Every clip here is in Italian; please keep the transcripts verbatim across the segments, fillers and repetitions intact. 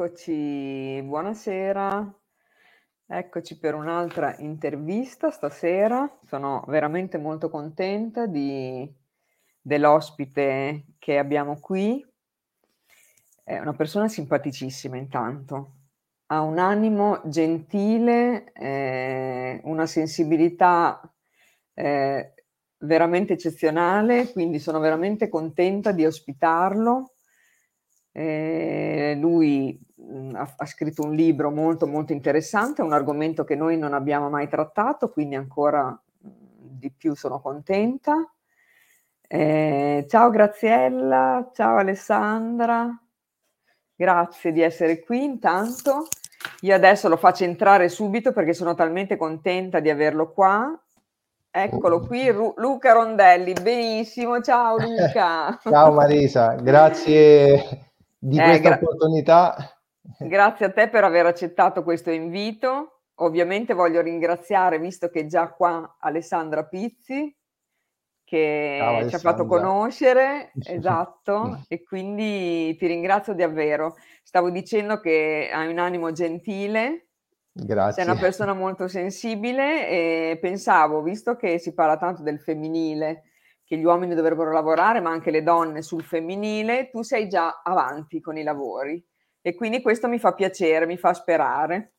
Eccoci, buonasera. Eccoci per un'altra intervista stasera. Sono veramente molto contenta di dell'ospite che abbiamo qui. È una persona simpaticissima intanto, ha un animo gentile, ehm, una sensibilità, ehm, veramente eccezionale, quindi sono veramente contenta di ospitarlo. Ehm, lui, mhmm, ha f ha scritto un libro molto, molto interessante, un argomento che noi non abbiamo mai trattato, quindi ancora, mhmm, di più sono contenta. Ehm, ciao Graziella, ciao Alessandra, grazie di essere qui intanto. Io adesso lo faccio entrare subito perché sono talmente contenta di averlo qua. Eccolo qui, Ru Luca Rondelli, benissimo, ciao Luca. Ciao Marisa, grazie di Eh, questa gra opportunità. Grazie a te per aver accettato questo invito. Ovviamente voglio ringraziare, visto che è già qua, Alessandra Pizzi, Ciao che ci ha fatto Alessandra. conoscere, esatto, e quindi ti ringrazio davvero. Stavo dicendo che hai un animo gentile, sei una Grazie. persona molto sensibile e pensavo, visto che si parla tanto del femminile, che gli uomini dovrebbero lavorare, ma anche le donne sul femminile, tu sei già avanti con i lavori. E quindi questo mi fa piacere, mi fa sperare.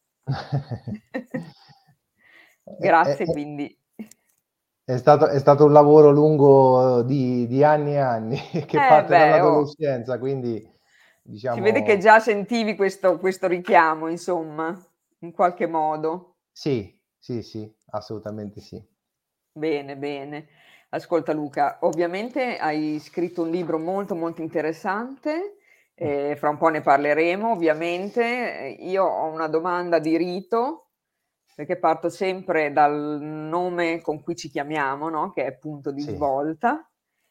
È, è- Grazie quindi. è stato, è stato un lavoro lungo di, di anni e anni, che Eh parte beh, oh, dall'adolescenza, quindi si vede che diciamo già sentivi questo, questo richiamo, insomma, in qualche modo. sì, sì, sì, assolutamente sì. Bene, bene. Ascolta Luca, ovviamente hai scritto un libro molto molto interessante, eh, fra un po' ne parleremo ovviamente. Eh, Io ho una domanda di rito, perché parto sempre dal nome con cui ci chiamiamo, no? Che è punto di Sì. svolta.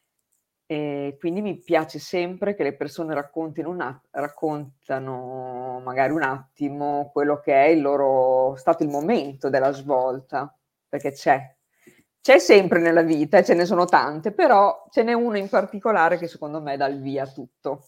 E quindi mi piace sempre che le persone raccontino un at raccontano magari un attimo quello che è il loro stato il momento della svolta, perché c'è. C'è sempre nella vita e ce ne sono tante, però ce n'è uno in particolare che secondo me dà il via a tutto.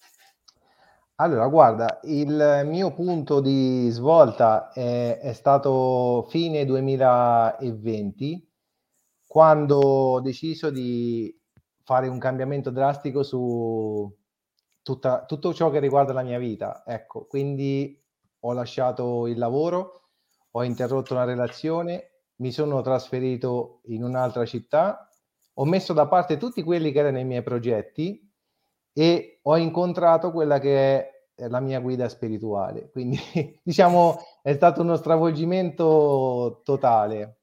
Allora, guarda, il mio punto di svolta è, è stato fine duemilaventi, quando ho deciso di fare un cambiamento drastico su tutta- tutto ciò che riguarda la mia vita. Ecco, quindi ho lasciato il lavoro, ho interrotto una relazione, mi sono trasferito in un'altra città, ho messo da parte tutti quelli che erano i miei progetti e ho incontrato quella che è la mia guida spirituale. Quindi diciamo è stato uno stravolgimento totale.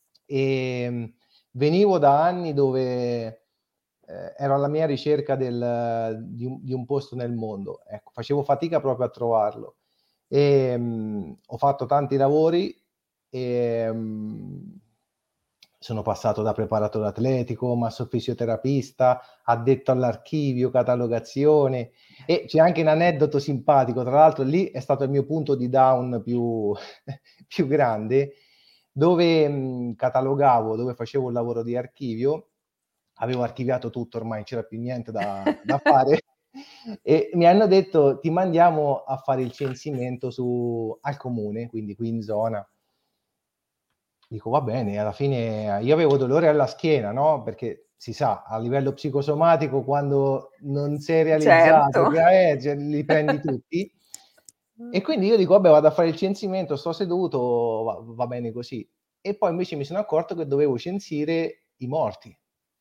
E venivo da anni dove eh, ero alla mia ricerca del, di, un, di un posto nel mondo. Ecco, facevo fatica proprio a trovarlo. E, mh, ho fatto tanti lavori e mh, sono passato da preparatore atletico, massofisioterapista, addetto all'archivio, catalogazione, e c'è anche un aneddoto simpatico, tra l'altro lì è stato il mio punto di down più, più grande, dove mh, catalogavo, dove facevo un lavoro di archivio, avevo archiviato tutto, ormai non c'era più niente da, da fare, e mi hanno detto ti mandiamo a fare il censimento su, al comune, quindi qui in zona. Dico va bene, alla fine io avevo dolore alla schiena, no? Perché si sa, a livello psicosomatico quando non sei realizzato, Certo. che eh, cioè, li prendi tutti. E quindi io dico, vabbè, vado a fare il censimento, sto seduto, va, va bene così. E poi invece mi sono accorto che dovevo censire i morti.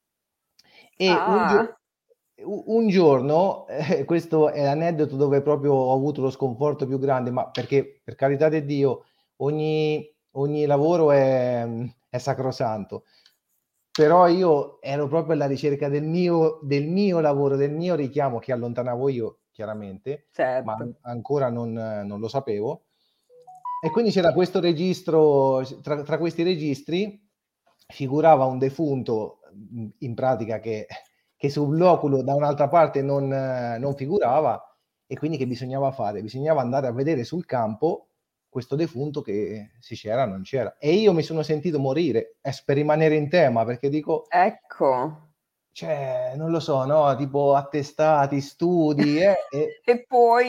E un, gio- Ah, un giorno, eh, questo è l'aneddoto dove proprio ho avuto lo sconforto più grande, ma perché per carità di Dio ogni, ogni lavoro è, è sacrosanto, però io ero proprio alla ricerca del mio, del mio lavoro, del mio richiamo che allontanavo io, chiaramente, ma certo. ancora non, non lo sapevo. E quindi c'era questo registro, tra, tra questi registri figurava un defunto in pratica che, che sul loculo da un'altra parte non, non figurava, e quindi che bisognava fare? Bisognava andare a vedere sul campo questo defunto che se c'era o non c'era. E io mi sono sentito morire, è per rimanere in tema, perché dico, Ecco. cioè, non lo so, no? Tipo attestati, studi, eh, e E poi?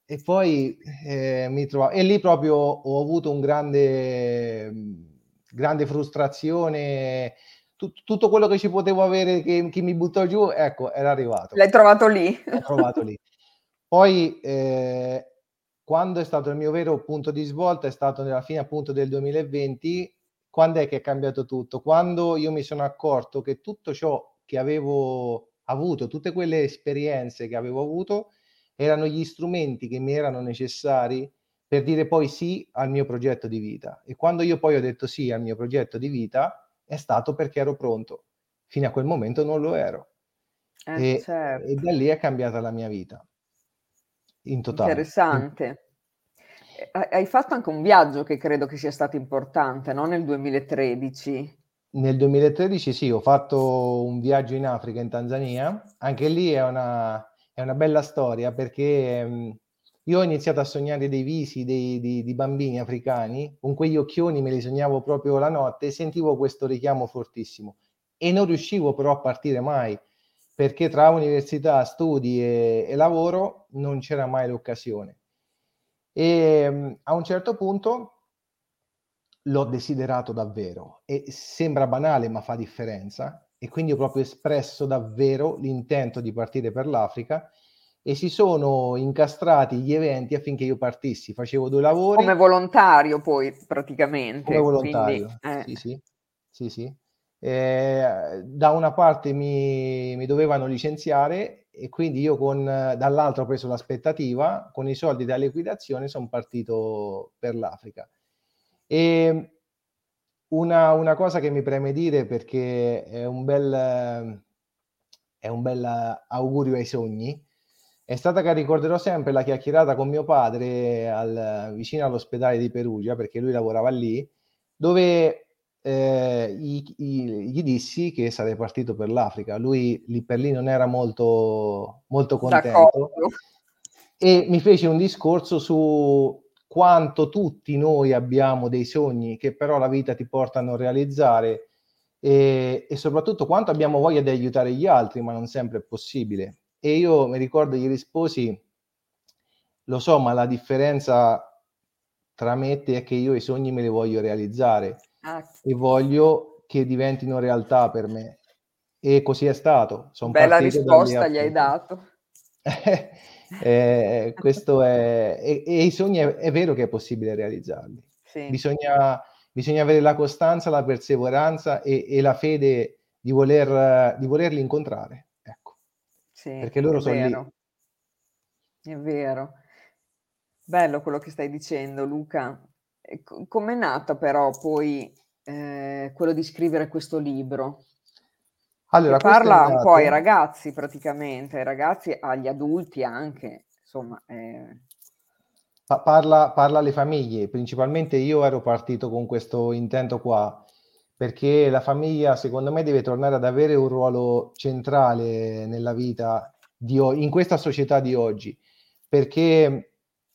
e poi eh, mi trovavo, e lì proprio ho avuto un grande, grande frustrazione. Tut- tutto quello che ci potevo avere, che, che mi buttò giù, ecco, era arrivato. L'hai trovato lì. L'ho trovato lì. Poi, eh, quando è stato il mio vero punto di svolta, è stato nella fine appunto del duemilaventi. Quando è che è cambiato tutto? Quando io mi sono accorto che tutto ciò che avevo avuto, tutte quelle esperienze che avevo avuto, erano gli strumenti che mi erano necessari per dire poi sì al mio progetto di vita. E quando io poi ho detto sì al mio progetto di vita, è stato perché ero pronto. Fino a quel momento non lo ero. Eh, E, e certo. da lì è cambiata la mia vita, in totale. In- Interessante. E ha hai fatto anche un viaggio che credo che sia stato importante, no, nel duemilatredici. Nel duemilatredici sì, ho fatto un viaggio in Africa, in Tanzania. Anche lì è una, è una bella storia perché mh, io ho iniziato a sognare dei visi dei, di, di bambini africani, con quegli occhioni me li sognavo proprio la notte e sentivo questo richiamo fortissimo. E non riuscivo però a partire mai, perché tra università, studi e, e lavoro non c'era mai l'occasione. E mh, a un certo punto l'ho desiderato davvero e sembra banale ma fa differenza, e quindi ho proprio espresso davvero l'intento di partire per l'Africa e si sono incastrati gli eventi affinché io partissi. Facevo due Come lavori volontario poi come praticamente, quindi volontario, eh, sì, sì, sì, sì. Eh, da una parte mi, mi dovevano licenziare e quindi io con, dall'altro ho preso l'aspettativa, con i soldi da liquidazione sono partito per l'Africa. E una, una cosa che mi preme dire, perché è un bel, è un bel augurio ai sogni, è stata che ricorderò sempre la chiacchierata con mio padre al, vicino all'ospedale di Perugia, perché lui lavorava lì, dove eh, gli, gli, gli dissi che sarei partito per l'Africa. Lui lì per lì non era molto, molto contento d'accordo. e mi fece un discorso su quanto tutti noi abbiamo dei sogni che però la vita ti porta a non realizzare, e, e soprattutto quanto abbiamo voglia di aiutare gli altri, ma non sempre è possibile. E io mi ricordo, gli risposi: lo so, ma la differenza tra me e te è che io i sogni me li voglio realizzare Ah, e voglio che diventino realtà per me. E così è stato. Sono bella partito da lì risposta gli hai appunto. dato. eh, questo è, e, e i sogni è, è vero che è possibile realizzarli. Sì, Bisogna, bisogna avere la costanza, la perseveranza e, e la fede di, voler, di volerli incontrare. Ecco, sì, perché è loro sono lì. vero, è vero. Bello quello che stai dicendo, Luca. E co- com'è nata però poi eh, quello di scrivere questo libro? Che Allora, questo è parla un po' ai nato. ragazzi praticamente, ai ragazzi, agli adulti anche, insomma. eh, Pa- Parla, parla alle famiglie, principalmente io ero partito con questo intento qua, perché la famiglia secondo me deve tornare ad avere un ruolo centrale nella vita di o- in questa società di oggi, perché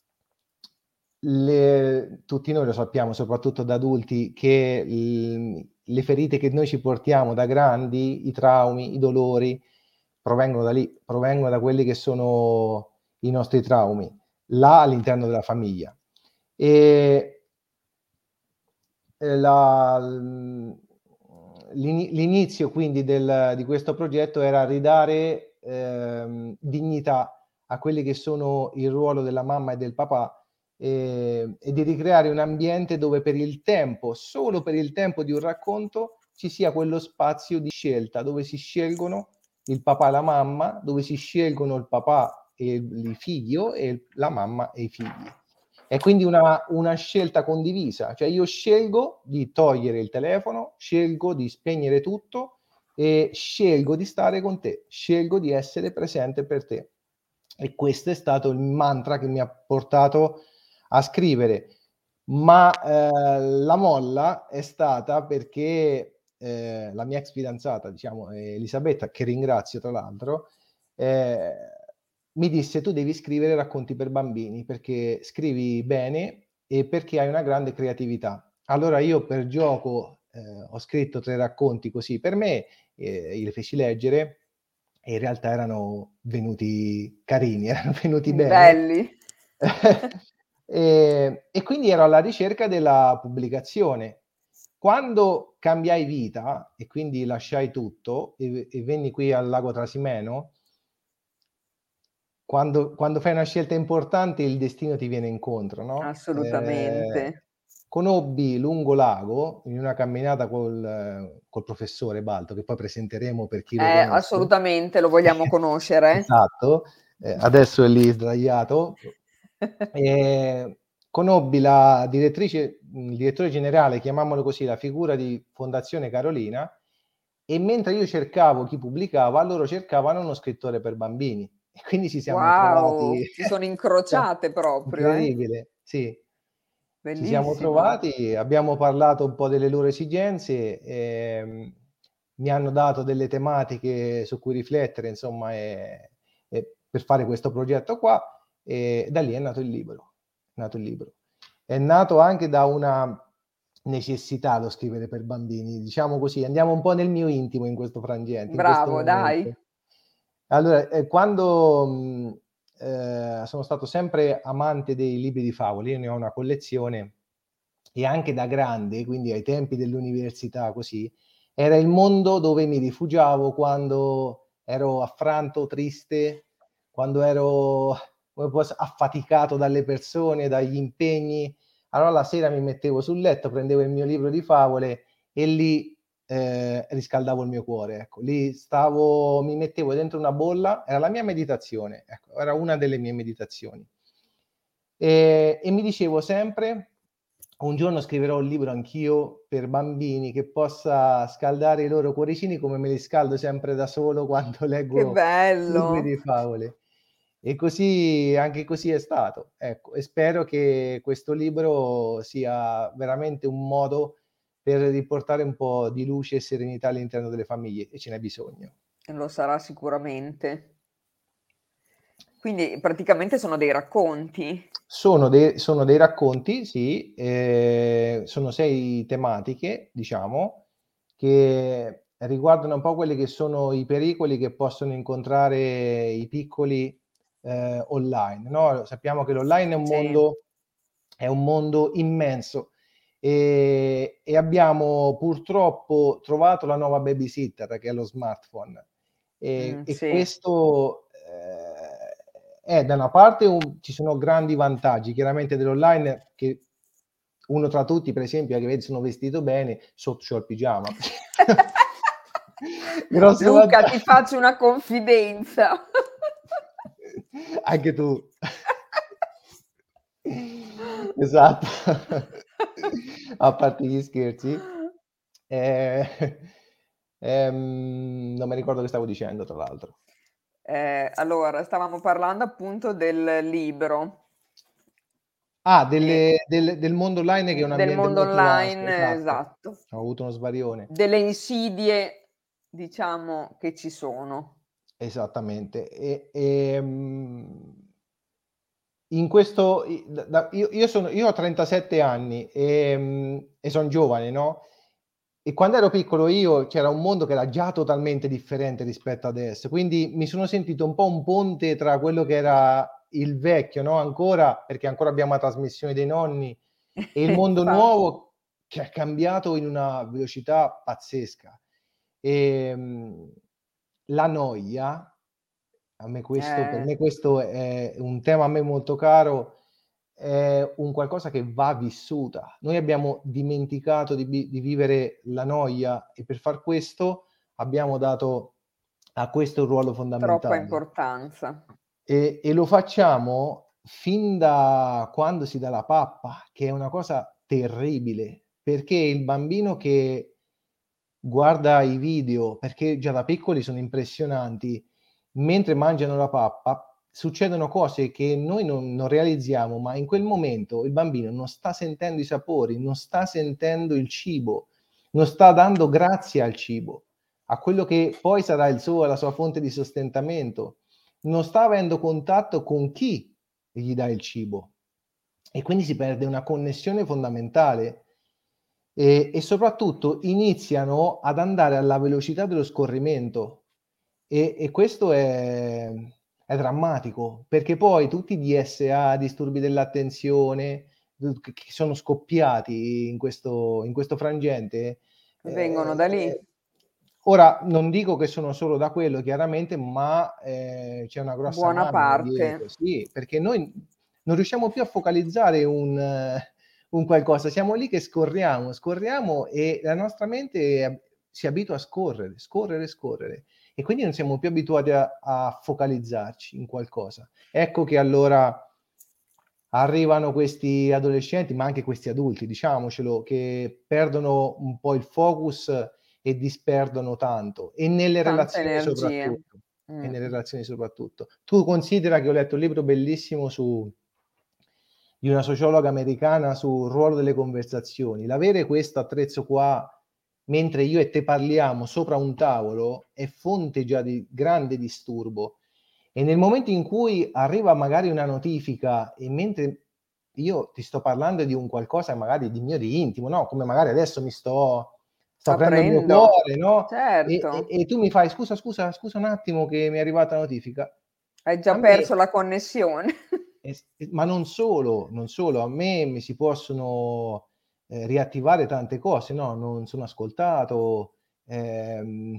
le- tutti noi lo sappiamo, soprattutto da adulti, che il- le ferite che noi ci portiamo da grandi, i traumi, i dolori, provengono da lì, provengono da quelli che sono i nostri traumi, là all'interno della famiglia. E eh, la- l'ini- l'inizio quindi del- di questo progetto era ridare ehm, dignità a quelli che sono il ruolo della mamma e del papà, e, e di ricreare un ambiente dove per il tempo, solo per il tempo di un racconto, ci sia quello spazio di scelta dove si scelgono il papà e la mamma, dove si scelgono il papà e il figlio e la mamma e i figli. È quindi una, una scelta condivisa, cioè io scelgo di togliere il telefono, scelgo di spegnere tutto e scelgo di stare con te, scelgo di essere presente per te. E questo è stato il mantra che mi ha portato a scrivere. Ma eh, la molla è stata perché eh, la mia ex fidanzata, diciamo, Elisabetta, che ringrazio tra l'altro, eh, mi disse: tu devi scrivere racconti per bambini perché scrivi bene e perché hai una grande creatività. Allora io per gioco eh, ho scritto tre racconti così per me, eh, li feci leggere e in realtà erano venuti carini, erano venuti bene. belli. E, e quindi ero alla ricerca della pubblicazione. Quando cambiai vita e quindi lasciai tutto e, e venni qui al Lago Trasimeno, quando, quando fai una scelta importante il destino ti viene incontro, no? Eh, Assolutamente. conobbi lungo lago in una camminata col, col professore Balto, che poi presenteremo per chi lo Eh, conosce. assolutamente, lo vogliamo conoscere. Esatto, eh, adesso è lì sdraiato. E conobbi la direttrice, il direttore generale, chiamiamolo così, la figura di Fondazione Carolina, e mentre io cercavo chi pubblicava, loro cercavano uno scrittore per bambini. E quindi ci siamo trovati. Wow, si sono incrociate proprio, eh? Incredibile, sì. Ci siamo Bellissimo. trovati, abbiamo parlato un po' delle loro esigenze, ehm, mi hanno dato delle tematiche su cui riflettere, insomma, e, e per fare questo progetto qua, e da lì è nato il libro. È nato il libro. È nato anche da una necessità lo scrivere per bambini, diciamo così, andiamo un po' nel mio intimo in questo frangente, in questo Bravo, dai. momento. Allora, eh, quando mh, eh, sono stato sempre amante dei libri di favole, io ne ho una collezione, e anche da grande, quindi ai tempi dell'università, così, era il mondo dove mi rifugiavo quando ero affranto, triste, quando ero come posso, affaticato dalle persone, dagli impegni. Allora la sera mi mettevo sul letto, prendevo il mio libro di favole e lì eh, riscaldavo il mio cuore. Ecco, lì stavo, mi mettevo dentro una bolla, era la mia meditazione, ecco, era una delle mie meditazioni. E, e mi dicevo sempre, un giorno scriverò un libro anch'io per bambini che possa scaldare i loro cuoricini come me li scaldo sempre da solo quando Che leggo libri di bello. favole. E così, anche così è stato. Ecco, e spero che questo libro sia veramente un modo per riportare un po' di luce e serenità all'interno delle famiglie, e ce n'è bisogno. E lo sarà sicuramente. Quindi praticamente sono dei racconti. Sono dei, sono dei racconti, sì, eh, sono sei tematiche, diciamo, che riguardano un po' quelli che sono i pericoli che possono incontrare i piccoli eh, online, no? Sappiamo che l'online è un Sì. mondo, è un mondo immenso, e, e abbiamo purtroppo trovato la nuova babysitter che è lo smartphone. E, Mh, e sì. questo eh, è da una parte un, ci sono grandi vantaggi chiaramente dell'online, che uno tra tutti, per esempio, è che vedi sono vestito bene, sotto c'ho il pigiama. Grosso Luca, ti vantaggio. faccio una confidenza. Anche tu. Esatto. A parte gli scherzi. Eh, ehm, non mi ricordo che stavo dicendo, tra l'altro. Ehm, allora stavamo parlando appunto del libro Ah, e delle, del, del mondo online, che è un del ambiente mondo molto vasto, online, esatto. esatto. Ho avuto uno svarione. Delle insidie, diciamo, che ci sono. Esattamente. E, ehm, in questo, i- da- da- io, io sono, io ho trentasette anni e, mm, e sono giovane, no? E quando ero piccolo io c'era un mondo che era già totalmente differente rispetto adesso, quindi mi sono sentito un po' un ponte tra quello che era il vecchio, no? Ancora, perché ancora abbiamo la trasmissione dei nonni, e il mondo Infatti. nuovo che è cambiato in una velocità pazzesca. E, mh, la noia, a me questo, per Eh, me questo è un tema a me molto caro, è un qualcosa che va vissuta. Noi abbiamo dimenticato di, di vivere la noia, e per far questo abbiamo dato a questo un ruolo troppa fondamentale. importanza. E, e lo facciamo fin da quando si dà la pappa, che è una cosa terribile, perché il bambino che guarda i video, perché già da piccoli sono impressionanti, mentre mangiano la pappa succedono cose che noi non, non realizziamo, ma in quel momento il bambino non sta sentendo i sapori, non sta sentendo il cibo, non sta dando grazie al cibo, a quello che poi sarà il suo, la sua fonte di sostentamento, non sta avendo contatto con chi gli dà il cibo, e quindi si perde una connessione fondamentale, e, e soprattutto iniziano ad andare alla velocità dello scorrimento, e, e questo è, è drammatico, perché poi tutti i D S A, disturbi dell'attenzione, che sono scoppiati in questo, in questo frangente, Vengono eh, da lì. ora non dico che sono solo da quello chiaramente, ma eh, c'è una grossa Buona mano parte. dietro, sì, perché noi non riusciamo più a focalizzare un, un qualcosa, siamo lì che scorriamo, scorriamo e la nostra mente si abitua a scorrere, scorrere, scorrere e quindi non siamo più abituati a, a focalizzarci in qualcosa. Ecco che allora arrivano questi adolescenti, ma anche questi adulti, diciamocelo, che perdono un po' il focus e disperdono tanto, e nelle Tante relazioni energie. soprattutto, e Mh. nelle relazioni soprattutto. Tu considera che ho letto un libro bellissimo su di una sociologa americana sul ruolo delle conversazioni. L'avere questo attrezzo qua, mentre io e te parliamo sopra un tavolo, è fonte già di grande disturbo. E nel momento in cui arriva magari una notifica e mentre io ti sto parlando di un qualcosa magari di mio di intimo, no, come magari adesso mi sto sto aprendo il mio Aprendo. cuore, no, e e Certo. e tu mi fai: "Scusa, scusa, scusa un attimo che mi è arrivata la notifica." Hai già A me perso la connessione. es ma non solo, non solo, a me mi si possono, ehm, riattivare tante cose, no, non sono ascoltato, ehm,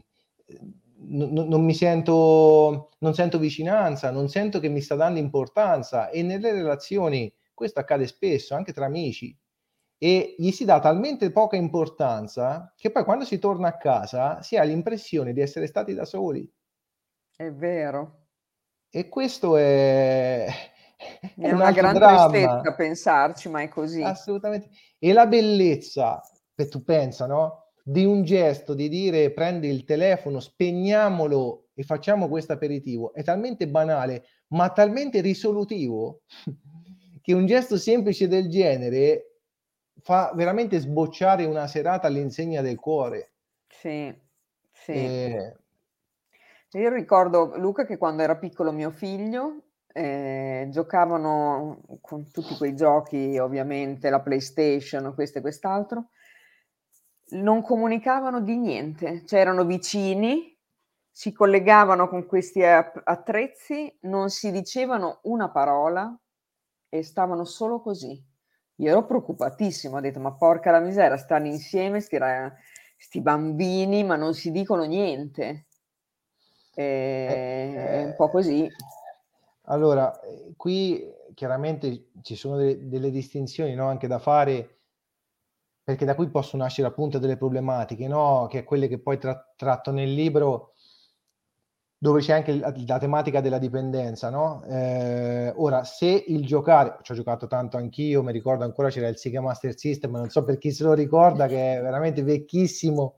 n n non mi sento non sento vicinanza, non sento che mi sta dando importanza e nelle relazioni questo accade spesso, anche tra amici, e gli si dà talmente poca importanza che poi quando si torna a casa si ha l'impressione di essere stati da soli. È vero. E questo è è Viene un una altro gran dramma. tristezza a pensarci, ma è così. Assolutamente. E la bellezza, e tu pensa, no, di un gesto, di dire: "Prendi il telefono, spegniamolo e facciamo questo aperitivo", è talmente banale, ma talmente risolutivo, che un gesto semplice del genere fa veramente sbocciare una serata all'insegna del cuore. Sì, sì. Ehm Io ricordo, Luca, che quando era piccolo mio figlio, ehm, giocavano con tutti quei giochi, ovviamente, la PlayStation, questo e quest'altro, non comunicavano di niente, cioè erano vicini, si collegavano con questi app attrezzi, non si dicevano una parola e stavano solo così. Io ero preoccupatissima, ho detto: "Ma porca la misera, stanno insieme sti ra sti bambini, ma non si dicono niente". Eh, Ehm, è un po' ehm, così. allora, ehm, qui chiaramente ci sono de delle distinzioni, no, anche da fare, perché da qui possono nascere appunto delle problematiche, no, che è quelle che poi tra tratto nel libro, dove c'è anche la la tematica della dipendenza, no, ehm, ora se il giocare c'ho giocato tanto anch'io, mi ricordo ancora c'era il Sega Master System, non so per chi se lo ricorda, che è veramente vecchissimo,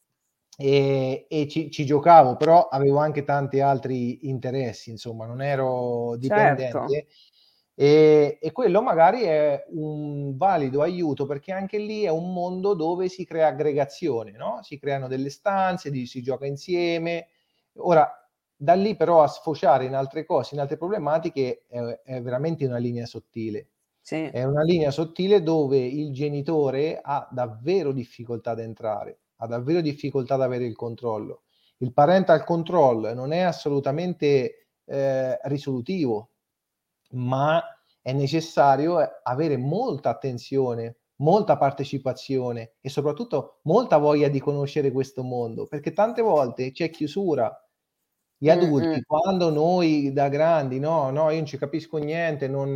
ehm, e ci ci giocavo, però avevo anche tanti altri interessi, insomma, non ero Certo. dipendente, ehm, e quello magari è un valido aiuto, perché anche lì è un mondo dove si crea aggregazione, no, si creano delle stanze, di si gioca insieme. Ora, da lì però a sfociare in altre cose, in altre problematiche, è è veramente una linea sottile. Sì. È una linea sottile dove il genitore ha davvero difficoltà ad entrare, ha davvero difficoltà ad avere il controllo. Il parental control non è assolutamente, ehm, risolutivo, ma è necessario, ehm, avere molta attenzione, molta partecipazione e soprattutto molta voglia di conoscere questo mondo, perché tante volte c'è chiusura. Gli Mh-mh. adulti, quando noi da grandi: "No, no, io non ci capisco niente, non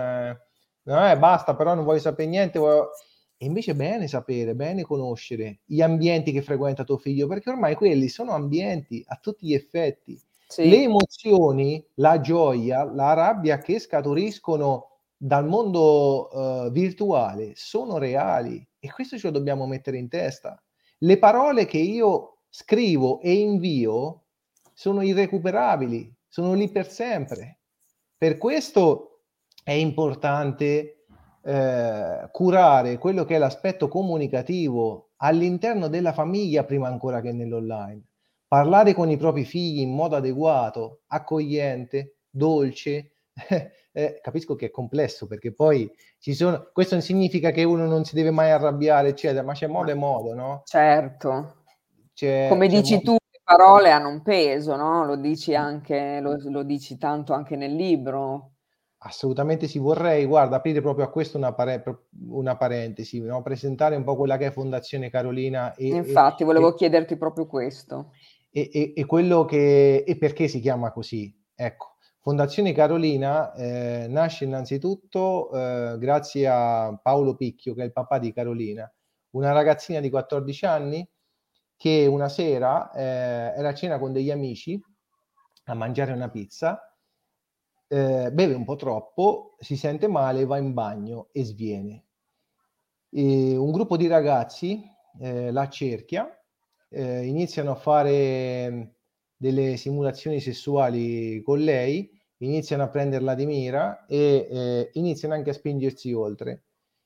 no, eh, basta, però non voglio sapere niente, vo" e invece è bene sapere, bene conoscere gli ambienti che frequenta tuo figlio, perché ormai quelli sono ambienti a tutti gli effetti. Le Sì. emozioni, la gioia, la rabbia che scaturiscono dal mondo, uhm, virtuale sono reali e questo ce lo dobbiamo mettere in testa. Le parole che io scrivo e invio sono irrecuperabili, sono lì per sempre. Per questo è importante, ehm, curare quello che è l'aspetto comunicativo all'interno della famiglia prima ancora che nell'online. Parlare con i propri figli in modo adeguato, accogliente, dolce. Eh, capisco che è complesso perché poi ci sono questo non significa che uno non si deve mai arrabbiare, eccetera, ma c'è Ma modo e modo, no, certo. c'è Come c'è dici modo tu, parole hanno un peso, no, lo dici anche lo lo dici tanto anche nel libro. Assolutamente sì, vorrei guarda aprire proprio a questo una pare pro una parentesi, no, presentare un po' quella che è Fondazione Carolina e e Infatti volevo e chiederti proprio questo. e e e quello che e perché si chiama così. Ecco, Fondazione Carolina, ehm, nasce innanzitutto, ehm, grazie a Paolo Picchio, che è il papà di Carolina, una ragazzina di quattordici anni che una sera, ehm, era a cena con degli amici a mangiare una pizza, ehm, beve un po' troppo, si sente male, va in bagno e sviene. Ehm, un gruppo di ragazzi, ehm, la accerchia, ehm, iniziano a fare delle simulazioni sessuali con lei, iniziano a prenderla di mira e, ehm, iniziano anche a spingersi oltre.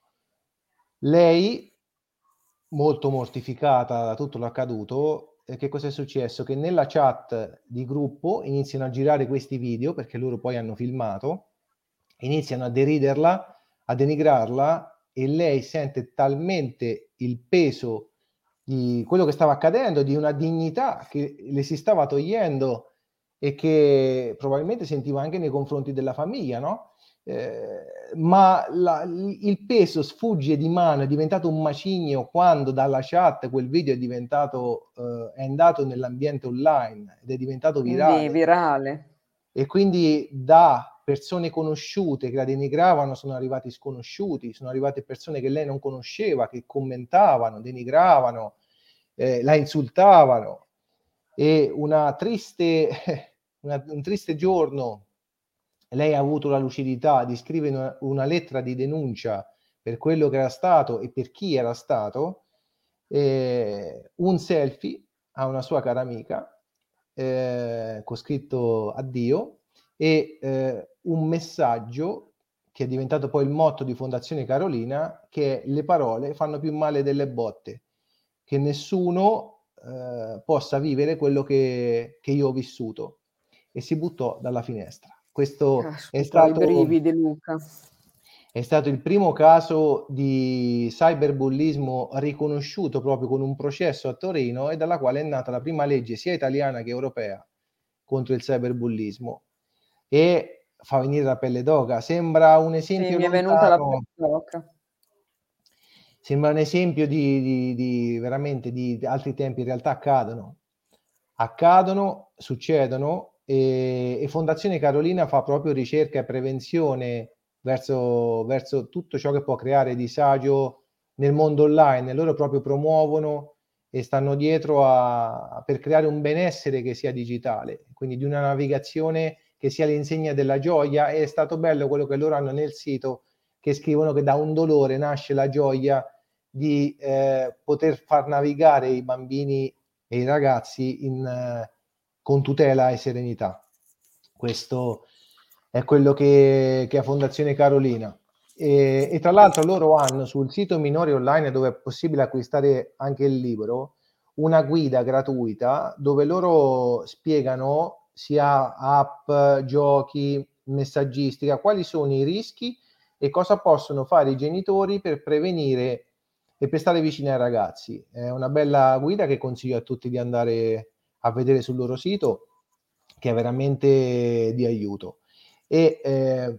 Lei, molto mortificata da tutto l'accaduto, ehm, che cosa è successo? Che nella chat di gruppo iniziano a girare questi video, perché loro poi hanno filmato, iniziano a deriderla, a denigrarla e lei sente talmente il peso di quello che stava accadendo, di una dignità che le si stava togliendo e che probabilmente sentiva anche nei confronti della famiglia, no, ehm, ma la il il peso sfugge di mano, è diventato un macigno quando dalla chat quel video è diventato uhm, è andato nell'ambiente online ed è diventato Quindi virale. virale. E quindi da persone conosciute che la denigravano sono arrivati sconosciuti, sono arrivate persone che lei non conosceva, che commentavano, denigravano, ehm, la insultavano. E una triste una un triste giorno lei ha avuto la lucidità di scrivere una una lettera di denuncia per quello che era stato e per chi era stato, ehm, un selfie a una sua cara amica, ehm, con scritto "addio" e, ehm, un messaggio che è diventato poi il motto di Fondazione Carolina, che è: "Le parole fanno più male delle botte, che nessuno, ehm, possa vivere quello che che io ho vissuto." E si buttò dalla finestra. Questo è Caspita, ho i stato brividi Luca. è stato il primo caso di cyberbullismo riconosciuto proprio con un processo a Torino e dalla quale è nata la prima legge sia italiana che europea contro il cyberbullismo. E fa venire la pelle d'oca. Sembra un Sì, esempio mi è venuta la pelle lontano d'oca. sembra un esempio di di di veramente di altri tempi, in realtà accadono. Accadono, succedono, e e Fondazione Carolina fa proprio ricerca e prevenzione verso verso tutto ciò che può creare disagio nel mondo online. Loro proprio promuovono e stanno dietro a per creare un benessere che sia digitale, quindi di una navigazione che sia all'insegna della gioia. È stato bello quello che loro hanno nel sito, che scrivono che da un dolore nasce la gioia di, ehm, poter far navigare i bambini e i ragazzi in con tutela e serenità. Questo è quello che che ha Fondazione Carolina. E e tra l'altro loro hanno sul sito Minori Online, dove è possibile acquistare anche il libro, una guida gratuita dove loro spiegano sia app, giochi, messaggistica, quali sono i rischi e cosa possono fare i genitori per prevenire e per stare vicini ai ragazzi. È una bella guida che consiglio a tutti di andare a vedere sul loro sito, che è veramente di aiuto. E, ehm,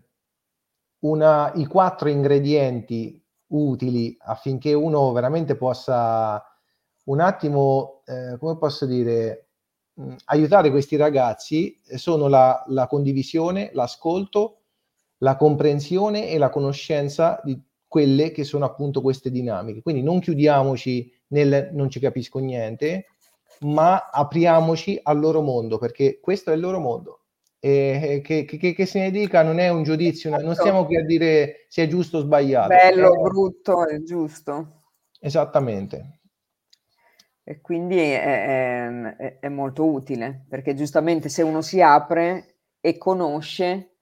una i quattro ingredienti utili affinché uno veramente possa un attimo, ehm, come posso dire, mhmm, aiutare questi ragazzi, sono la la condivisione, l'ascolto, la comprensione e la conoscenza di quelle che sono appunto queste dinamiche. Quindi non chiudiamoci nel: "Non ci capisco niente", ma apriamoci al loro mondo, perché questo è il loro mondo. E che che che se ne dica non è un giudizio, non Esatto. stiamo qui a dire se è giusto o sbagliato. È Bello, brutto e giusto. Esattamente. E quindi è è è è molto utile, perché giustamente se uno si apre e conosce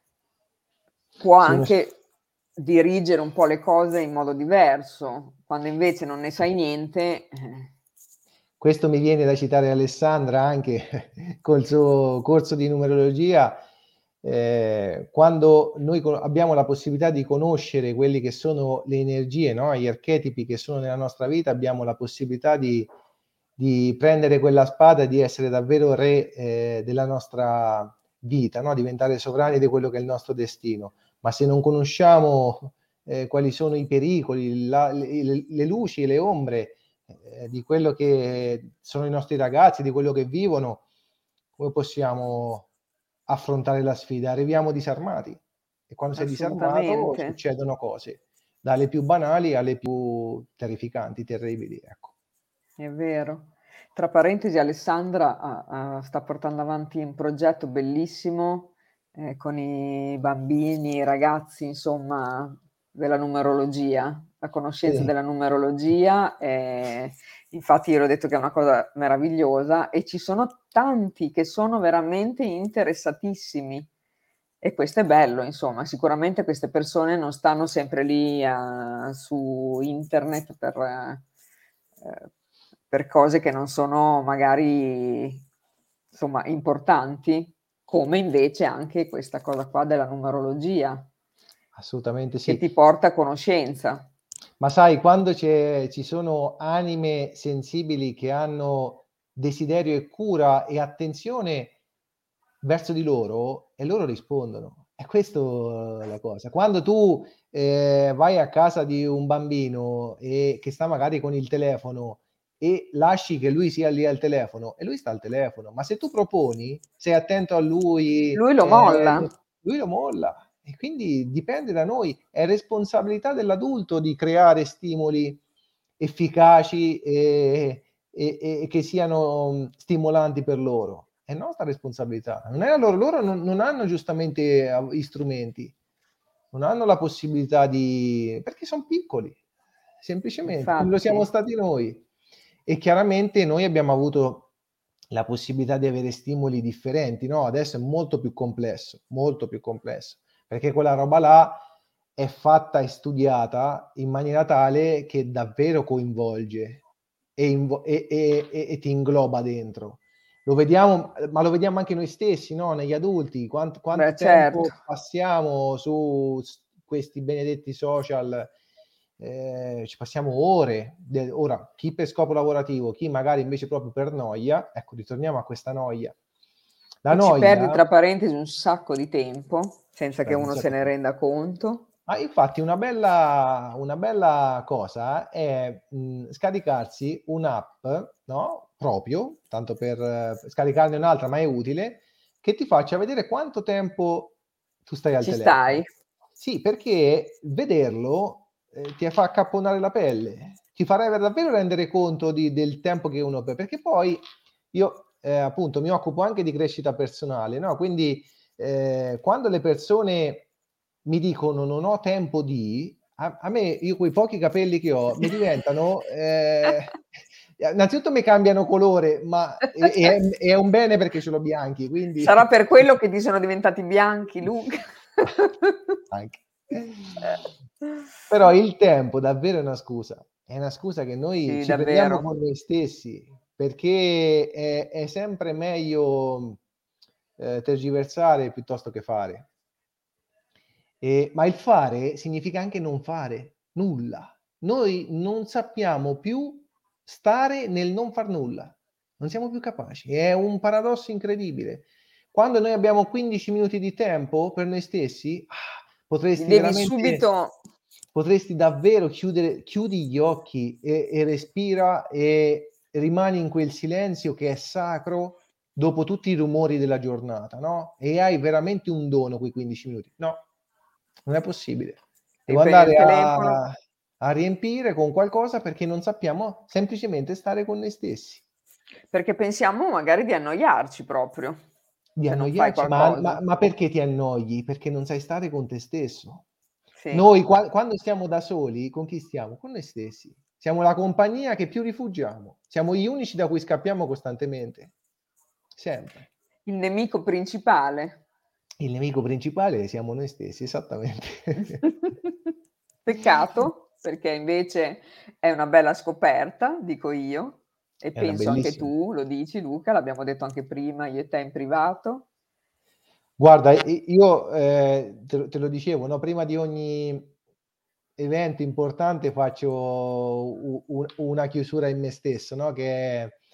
può Se uno s anche dirigere un po' le cose in modo diverso. Quando invece non ne sai niente, eh. Questo mi viene da citare Alessandra anche col suo corso di numerologia, ehm, quando noi co abbiamo la possibilità di conoscere quelli che sono le energie, no, gli archetipi che sono nella nostra vita, abbiamo la possibilità di di prendere quella spada e di essere davvero re eh, della nostra vita, no? Diventare sovrani di quello che è il nostro destino. Ma se non conosciamo eh, quali sono i pericoli, la, le, le luci e le ombre eh, di quello che sono i nostri ragazzi, di quello che vivono, come possiamo affrontare la sfida? Arriviamo disarmati, e quando sei disarmato Assolutamente. succedono cose, dalle più banali alle più terrificanti, terribili, ecco. È vero. Tra parentesi, Alessandra ha- ha- sta portando avanti un progetto bellissimo eh, con i bambini, i ragazzi, insomma, della numerologia, la conoscenza Sì, della numerologia. eh, infatti, io l'ho detto che è una cosa meravigliosa e ci sono tanti che sono veramente interessatissimi. E questo è bello, insomma, sicuramente queste persone non stanno sempre lì a- su internet per, eh, per cose che non sono magari, insomma, importanti, come invece anche questa cosa qua della numerologia, assolutamente che sì. ti porta a conoscenza. Ma sai, quando c'è, ci sono anime sensibili che hanno desiderio e cura e attenzione verso di loro, e loro rispondono. È questo la cosa. Quando tu eh, vai a casa di un bambino e che sta magari con il telefono e lasci che lui sia lì al telefono, e lui sta al telefono, ma se tu proponi, sei attento a lui, Lui lo eh, molla. lui lo molla. E quindi dipende da noi, è responsabilità dell'adulto di creare stimoli efficaci e, e, e che siano stimolanti per loro. È nostra responsabilità, non è la loro, loro non, non hanno giustamente gli strumenti, non hanno la possibilità di, perché sono piccoli, semplicemente, come lo siamo Infatti, stati noi. E chiaramente noi abbiamo avuto la possibilità di avere stimoli differenti, no? Adesso è molto più complesso, molto più complesso, perché quella roba là è fatta e studiata in maniera tale che davvero coinvolge e, invo- e, e, e, e ti ingloba dentro. Lo vediamo, ma lo vediamo anche noi stessi, no? Negli adulti, quanto, beh, quanto certo. tempo passiamo su questi benedetti social, eh, ci passiamo ore. De- ora, chi per scopo lavorativo, chi magari invece proprio per noia, ecco, ritorniamo a questa noia. La E ci perdi, noia, tra parentesi, un sacco di tempo, ci senza che perde un uno se sacco ne di. renda conto. Ma infatti una bella, una bella cosa è mh, scaricarsi un'app, no? Proprio, tanto per eh, scaricarne un'altra, ma è utile, che ti faccia vedere quanto tempo tu stai al Ci telefono. stai? Sì, perché vederlo eh, ti fa accapponare la pelle, ti farà davvero rendere conto di- del tempo che uno per, perché poi io eh, appunto mi occupo anche di crescita personale, no? Quindi eh, quando le persone mi dicono non ho tempo di, a, a me, io quei pochi capelli che ho, mi diventano, eh, innanzitutto mi cambiano colore, ma e, e è, è un bene perché ce l'ho bianchi, quindi. Sarà per quello che ti sono diventati bianchi, Luca. Anche. Però il tempo davvero è una scusa, è una scusa che noi Sì, ci prendiamo davvero. con noi stessi, perché è, è sempre meglio eh, tergiversare piuttosto che fare. E, ma il fare significa anche non fare nulla. Noi non sappiamo più stare nel non far nulla, non siamo più capaci. È un paradosso incredibile. Quando noi abbiamo quindici minuti di tempo per noi stessi, ah, Li potresti devi veramente, subito. potresti davvero chiudere, chiudi gli occhi e, e respira e rimani in quel silenzio che è sacro dopo tutti i rumori della giornata, no? E hai veramente un dono quei quindici minuti. No, non è possibile. Ti Devo prendi il andare telefono, a, a riempire con qualcosa perché non sappiamo semplicemente stare con noi stessi, perché pensiamo magari di annoiarci proprio, di se non fai annoiarci. Ma, ma, qualcosa. ma perché ti annoi? Perché non sai stare con te stesso. Sì, Noi qua- quando stiamo da soli, con chi stiamo? Con noi stessi. Siamo la compagnia che più rifugiamo. Siamo gli unici da cui scappiamo costantemente. Sempre. il nemico principale. Il nemico principale siamo noi stessi, esattamente. Peccato, perché invece è una bella scoperta, dico io, e È una penso anche bellissima. tu, lo dici Luca, l'abbiamo detto anche prima, io e te in privato. Guarda, i- io eh, te, lo te lo dicevo, no? Prima di ogni evento importante faccio u- u- una chiusura in me stesso, no? Che è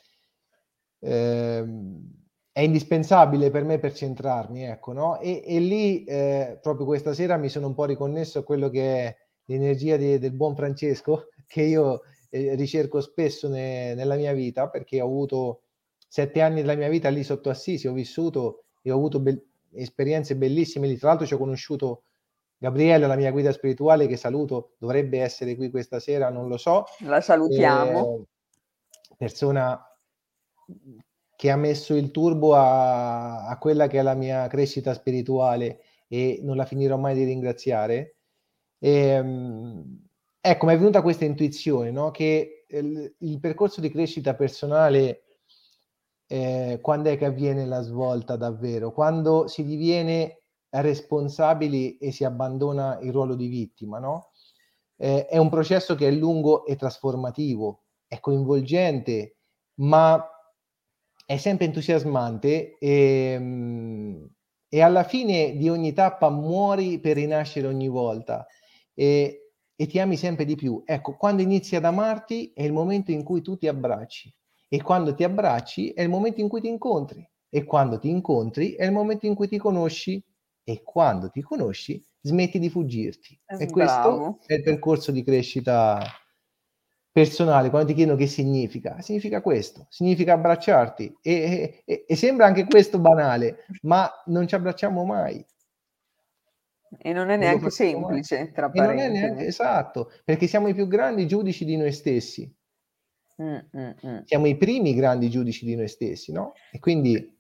ehm, è indispensabile per me per centrarmi, ecco, no, e e lì, ehm, proprio questa sera mi sono un po' riconnesso a quello che è l'energia de del buon Francesco, che io, ehm, ricerco spesso ne nella mia vita, perché ho avuto sette anni della mia vita lì sotto Assisi, ho vissuto e ho avuto bel esperienze bellissime lì. Tra l'altro ci ho conosciuto Gabriele, la mia guida spirituale, che saluto, dovrebbe essere qui questa sera, non lo so, La salutiamo. ehm, persona, mhmm, che ha messo il turbo a a quella che è la mia crescita spirituale e non la finirò mai di ringraziare. Ehm, ecco, m'è venuta questa intuizione, no, che il il percorso di crescita personale, ehm, quand'è che avviene la svolta davvero? Quando si diviene responsabili e si abbandona il ruolo di vittima, no, ehm, è un processo che è lungo e trasformativo, è coinvolgente, ma è sempre entusiasmante, ehm, e alla fine di ogni tappa muori per rinascere ogni volta, e e ti ami sempre di più. Ecco, quando inizi ad amarti è il momento in cui tu ti abbracci, e quando ti abbracci è il momento in cui ti incontri, e quando ti incontri è il momento in cui ti conosci, e quando ti conosci smetti di fuggirti. Eh, E questo bravo. è il percorso di crescita personale. Quando ti chiedono che significa, significa questo, significa abbracciarti, e e e sembra anche questo banale, ma non ci abbracciamo mai. E non è Non lo neanche facciamo mai. semplice, tra E non è neanche parentesi. esatto, perché siamo i più grandi giudici di noi stessi. Mh, mh, mh. Siamo i primi grandi giudici di noi stessi, no, e quindi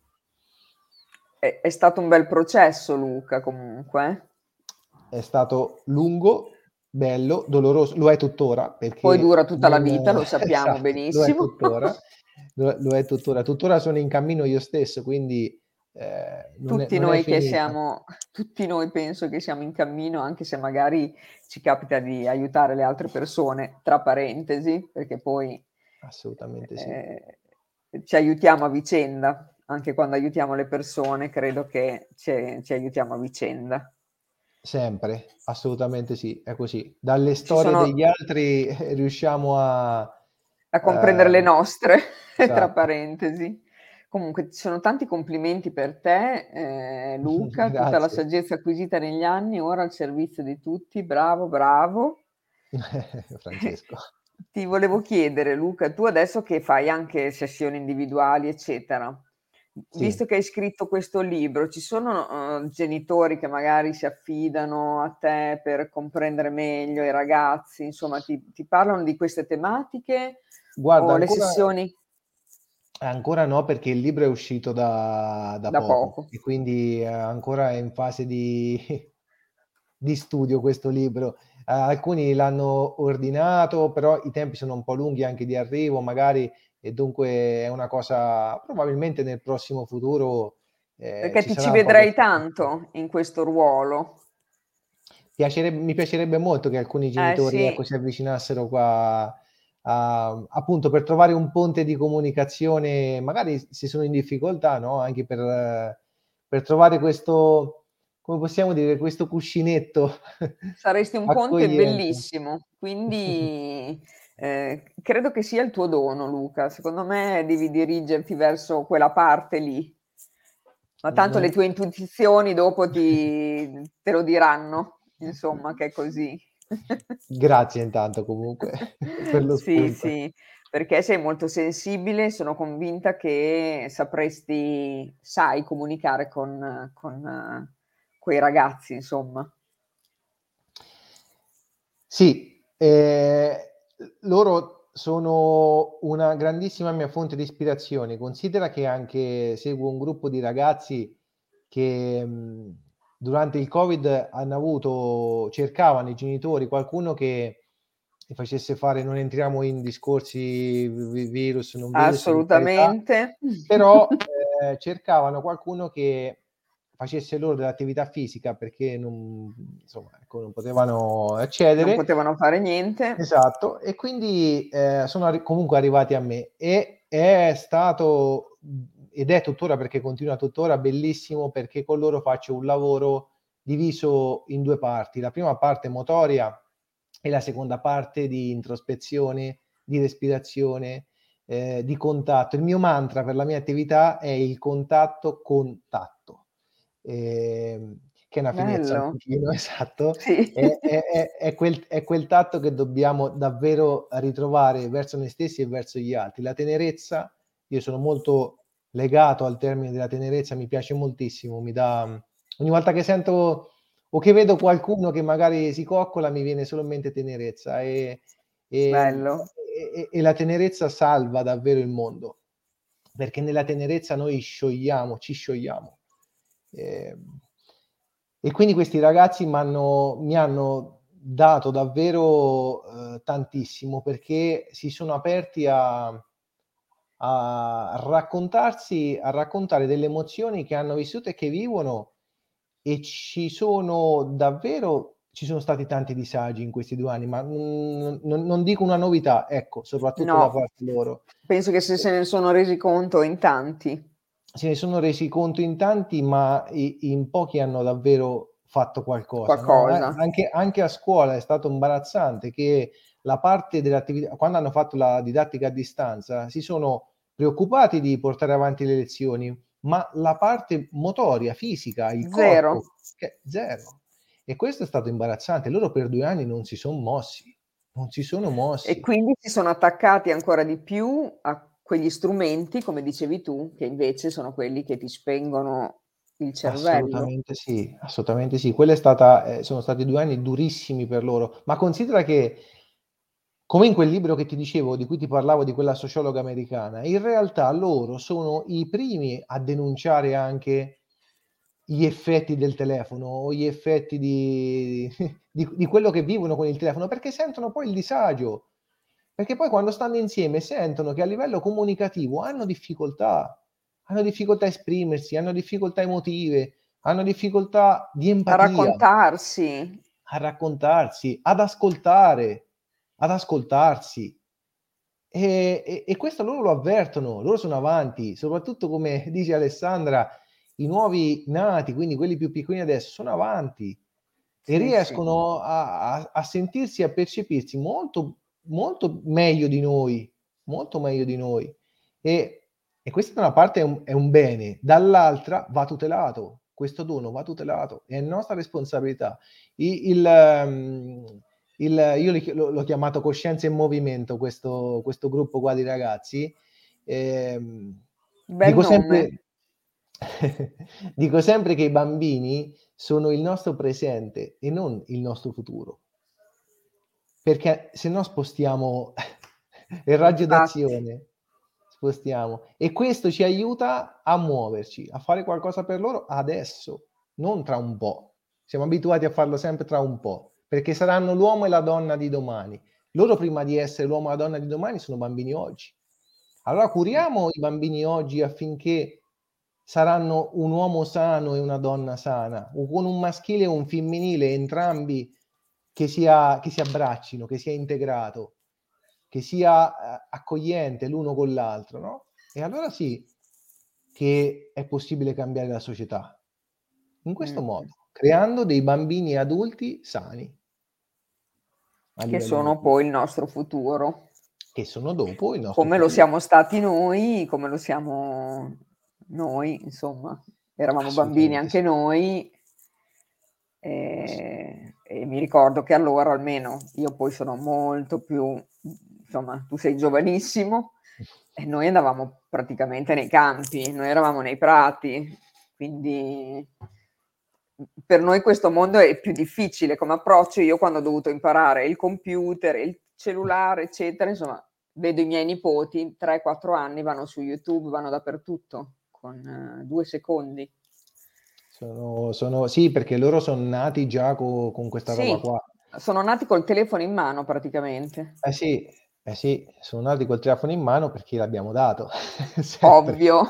È è stato un bel processo Luca comunque. è stato lungo, bello, doloroso, lo è tuttora Poi perché dura tutta la non vita, lo sappiamo esatto, lo è benissimo. tuttora, lo lo è tuttora. Tuttora sono in cammino io stesso, quindi, ehm, non è Tutti non è noi che finita. siamo tutti noi penso che siamo in cammino, anche se magari ci capita di aiutare le altre persone, tra parentesi, perché poi, Assolutamente sì. ehm, ci aiutiamo a vicenda. Anche quando aiutiamo le persone credo che ce ci aiutiamo a vicenda. Sempre, assolutamente sì, è così. Dalle Ci storie sono degli altri, eh, riusciamo a A comprendere le ehm, nostre, tra esatto. parentesi. Comunque ci sono tanti complimenti per te, ehm, Luca, tutta la Grazie. saggezza acquisita negli anni, ora al servizio di tutti. Bravo, bravo. Francesco. Ti volevo chiedere Luca, tu adesso che fai anche sessioni individuali, eccetera, Sì. visto che hai scritto questo libro, ci sono, uhm, genitori che magari si affidano a te per comprendere meglio i ragazzi, insomma ti ti parlano di queste tematiche Guarda, o le ancora sessioni ancora no, perché il libro è uscito da da da poco poco? e quindi, ehm, ancora è in fase di di studio questo libro. A alcuni l'hanno ordinato, però i tempi sono un po' lunghi anche di arrivo magari, e dunque è una cosa probabilmente nel prossimo futuro, ehm, Perché ci ti ci sarà un po' vedrei questo supporto. tanto in questo ruolo. Piacereb mi piacerebbe molto che alcuni Eh genitori, ecco, sì, si avvicinassero qua a appunto per trovare un ponte di comunicazione, magari s se sono in difficoltà, no, anche per per trovare questo, come possiamo dire, questo cuscinetto saresti un ponte accogliente. bellissimo, quindi, ehm, credo che sia il tuo dono Luca. Secondo me devi dirigerti verso quella parte lì. Ma tanto Non le tue intuizioni dopo ti te lo diranno, insomma, che è così. Grazie intanto comunque per lo Sì, spunto. sì, perché sei molto sensibile, sono convinta che sapresti sai comunicare con con quei ragazzi, insomma. Sì, ehm, l loro sono una grandissima mia fonte di ispirazione. Considera che anche seguo un gruppo di ragazzi che, mhmm, durante il Covid hanno avuto cercavano i genitori qualcuno che gli facesse fare, non entriamo in discorsi v vi virus, non virus, per carità, Assolutamente. però, ehm, cercavano qualcuno che facesse loro dell'attività fisica perché non insomma, ecco, non potevano Non accedere. potevano fare niente. Esatto, e quindi, ehm, sono arri comunque arrivati a me, e è stato, mhmm, ed è tuttora, perché continua tuttora, bellissimo, perché con loro faccio un lavoro diviso in due parti. La prima parte motoria e la seconda parte di introspezione, di respirazione, eh, di contatto. Il mio mantra per la mia attività è il contatto-contatto, eh, che è una finezza un Bello. pochino, esatto, Sì. è, è, è, è, quel, è quel tatto che dobbiamo davvero ritrovare verso noi stessi e verso gli altri. La tenerezza, io sono molto legato al termine della tenerezza, mi piace moltissimo, mi dà, ogni volta che sento o che vedo qualcuno che magari si coccola mi viene solo in mente tenerezza e, e, Bello. e, e la tenerezza salva davvero il mondo, perché nella tenerezza noi sciogliamo, ci sciogliamo. Eh, e quindi questi ragazzi m'hanno, mi hanno dato davvero eh, tantissimo, perché si sono aperti a, a raccontarsi, a raccontare delle emozioni che hanno vissuto e che vivono, e ci sono davvero, ci sono stati tanti disagi in questi due anni, ma non, non, non dico una novità, ecco, soprattutto da No, parte loro. penso che se se ne sono resi conto in tanti. Se ne sono resi conto in tanti, ma i in pochi hanno davvero fatto qualcosa, no, a Qualcosa. anche anche a scuola è stato imbarazzante che la parte dell'attività, quando hanno fatto la didattica a distanza, si sono preoccupati di portare avanti le lezioni, ma la parte motoria, fisica, il Zero. corpo, che zero. E questo è stato imbarazzante. Loro per due anni non si son mossi, non si sono E mossi. quindi si sono attaccati ancora di più a quegli strumenti, come dicevi tu, che invece sono quelli che ti spengono il cervello. Assolutamente sì, assolutamente sì. Quella è stata ehm, sono stati due anni durissimi per loro, ma considera che, come in quel libro che ti dicevo, di cui ti parlavo, di quella sociologa americana, in realtà loro sono i primi a denunciare anche gli effetti del telefono o gli effetti di di di quello che vivono con il telefono, perché sentono poi il disagio. Perché poi quando stanno insieme sentono che a livello comunicativo hanno difficoltà, hanno difficoltà a esprimersi, hanno difficoltà emotive, hanno difficoltà di A empatia, raccontarsi. a raccontarsi, ad ascoltare, ad ascoltarsi. E, e, e questo loro lo avvertono, loro sono avanti, soprattutto come dice Alessandra, i nuovi nati, quindi quelli più piccolini adesso, sono avanti e Sì, sì. riescono a, a, a sentirsi e a percepirsi molto, molto meglio di noi, molto meglio di noi. E, e questa da una parte è un, è un bene, dall'altra va tutelato, questo dono va tutelato, è nostra responsabilità. Il, il, um, il, io li, lo, l'ho chiamato Coscienza in Movimento, questo, questo gruppo qua di ragazzi. Ehm, Bel dico nome. sempre, dico sempre che i bambini sono il nostro presente e non il nostro futuro, perché se no spostiamo il raggio Infatti. d'azione, spostiamo, e questo ci aiuta a muoverci, a fare qualcosa per loro adesso, non tra un po'. Siamo abituati a farlo sempre tra un po', perché saranno l'uomo e la donna di domani. Loro, prima di essere l'uomo e la donna di domani, sono bambini oggi. Allora curiamo i bambini oggi affinché saranno un uomo sano e una donna sana, o con un maschile e un femminile, entrambi che, sia, che si abbraccino, che sia integrato, che sia eh, accogliente l'uno con l'altro, no? E allora sì che è possibile cambiare la società in questo Mh-mh. modo, creando dei bambini adulti sani a Che livello sono emotivo, poi il nostro futuro. che sono dopo il nostro Come lo futuro. siamo stati noi, come lo siamo noi, insomma. Eravamo bambini Assolutamente anche sì. noi, Ass- ehm, e mi ricordo che allora almeno io poi sono molto più insomma, tu sei giovanissimo e noi andavamo praticamente nei campi, noi eravamo nei prati, quindi mhmm, per noi questo mondo è più difficile come approccio. Io quando ho dovuto imparare il computer, il cellulare, eccetera, insomma, vedo i miei nipoti, tre, quattro anni, vanno su YouTube, vanno dappertutto con due secondi. Sono, sono, sì, perché loro sono nati già co- con questa roba Sì, qua. sono nati col telefono in mano praticamente. Eh sì, eh sì, sono nati col telefono in mano perché l'abbiamo dato, sempre. Ovvio.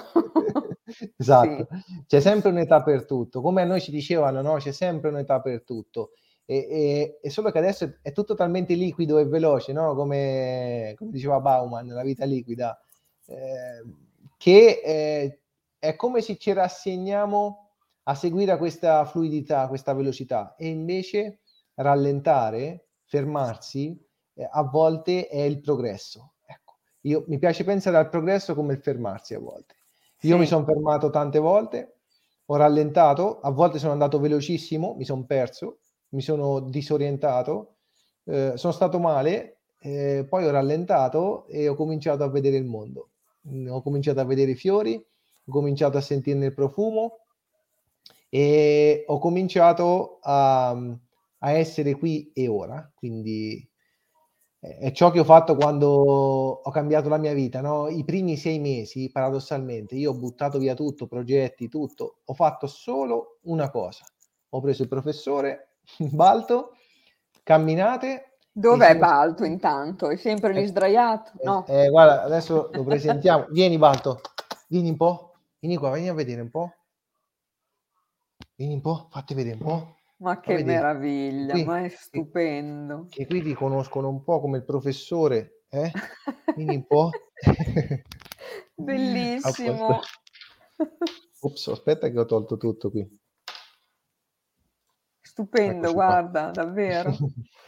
Sì, Esatto, c'è sempre un'età per tutto, come a noi ci dicevano, no, c'è sempre un'età per tutto. E, e, e solo che adesso è, è tutto talmente liquido e veloce, no? Come, come diceva Bauman, la vita liquida, eh, che eh, è come se ci rassegniamo a seguire questa fluidità, questa velocità, e invece rallentare, fermarsi, eh, a volte è il progresso. Ecco. Io mi piace pensare al progresso come il fermarsi a volte. Io mi Sì. son fermato tante volte, ho rallentato, a volte sono andato velocissimo, mi son perso, mi sono disorientato, ehm, sono stato male, ehm, poi ho rallentato e ho cominciato a vedere il mondo. Mhmm, ho cominciato a vedere i fiori, ho cominciato a sentirne il profumo e ho cominciato a mhmm, a essere qui e ora. Quindi è è ciò che ho fatto quando ho cambiato la mia vita, no, i primi sei mesi paradossalmente io ho buttato via tutto, progetti, tutto, ho fatto solo una cosa: ho preso il professore Balto, camminate e Dov'è sono Balto stato intanto? È sempre lì eh, sdraiato? es No. eh, guarda adesso lo presentiamo. Vieni Balto, vieni un po', vieni qua, vieni a vedere un po'. Vieni un po', fatti vedere un po'. Ma Fa che vedere. Che meraviglia, qui ma è che stupendo. che qui ti conoscono un po' come il professore, eh? Vieni un po'. A posto. Bellissimo. Ops, aspetta che ho tolto tutto qui. Stupendo, Eccoci qua. guarda, davvero.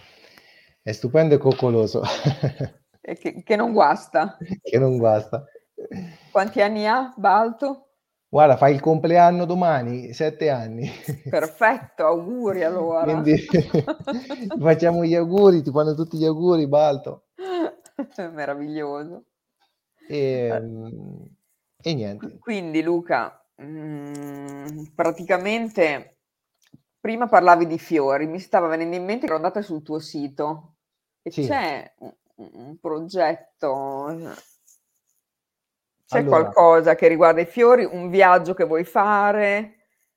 È stupendo e coccoloso. E che che non guasta. Che non guasta. Quanti anni ha Balto? Guarda, fa il compleanno domani, sette anni. Perfetto, auguri allora. Quindi gli facciamo gli auguri, ti fanno tutti gli auguri Balto. Meraviglioso. Eh Ehm, e Qui niente. quindi Luca, mhmm, praticamente prima parlavi di fiori, mi stava venendo in mente che ero andata sul tuo sito e Sì. c'è u u un progetto, ehm c'è Allora qualcosa che riguarda i fiori, un viaggio che vuoi fare?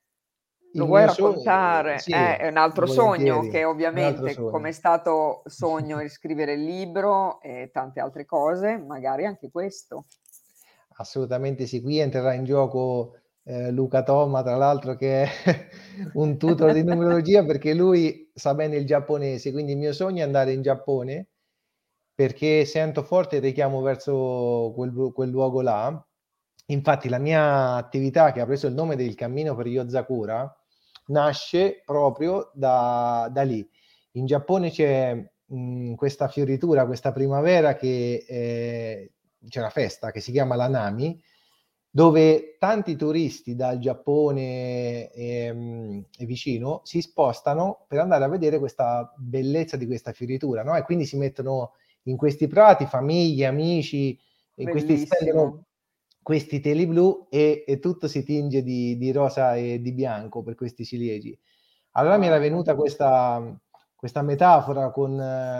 Lo il vuoi mio so ehm, raccontare? Eh, sì, è un altro sogno volentieri, che un altro ovviamente, come è sogno. stato sogno il scrivere il libro e tante altre cose, magari anche questo. Assolutamente sì. Qui entrerà in gioco, ehm, Luca Tomma, tra l'altro che è un tutor di numerologia, perché lui sa bene il giapponese, quindi il mio sogno è andare in Giappone, perché sento forte il richiamo verso quel lu quel luogo là. Infatti la mia attività, che ha preso il nome del cammino per gli Ozakura, nasce proprio da da lì. In Giappone c'è, mhmm, questa fioritura, questa primavera che ehm, c'è una festa che si chiama l'Hanami, dove tanti turisti dal Giappone, ehm, e vicino si spostano per andare a vedere questa bellezza di questa fioritura, no, e quindi si mettono in questi prati, famiglie, amici, in questi stendono Bellissimo. questi teli blu e e tutto si tinge di di rosa e di bianco per questi ciliegi. Allora mi era Guarda. venuta questa questa metafora con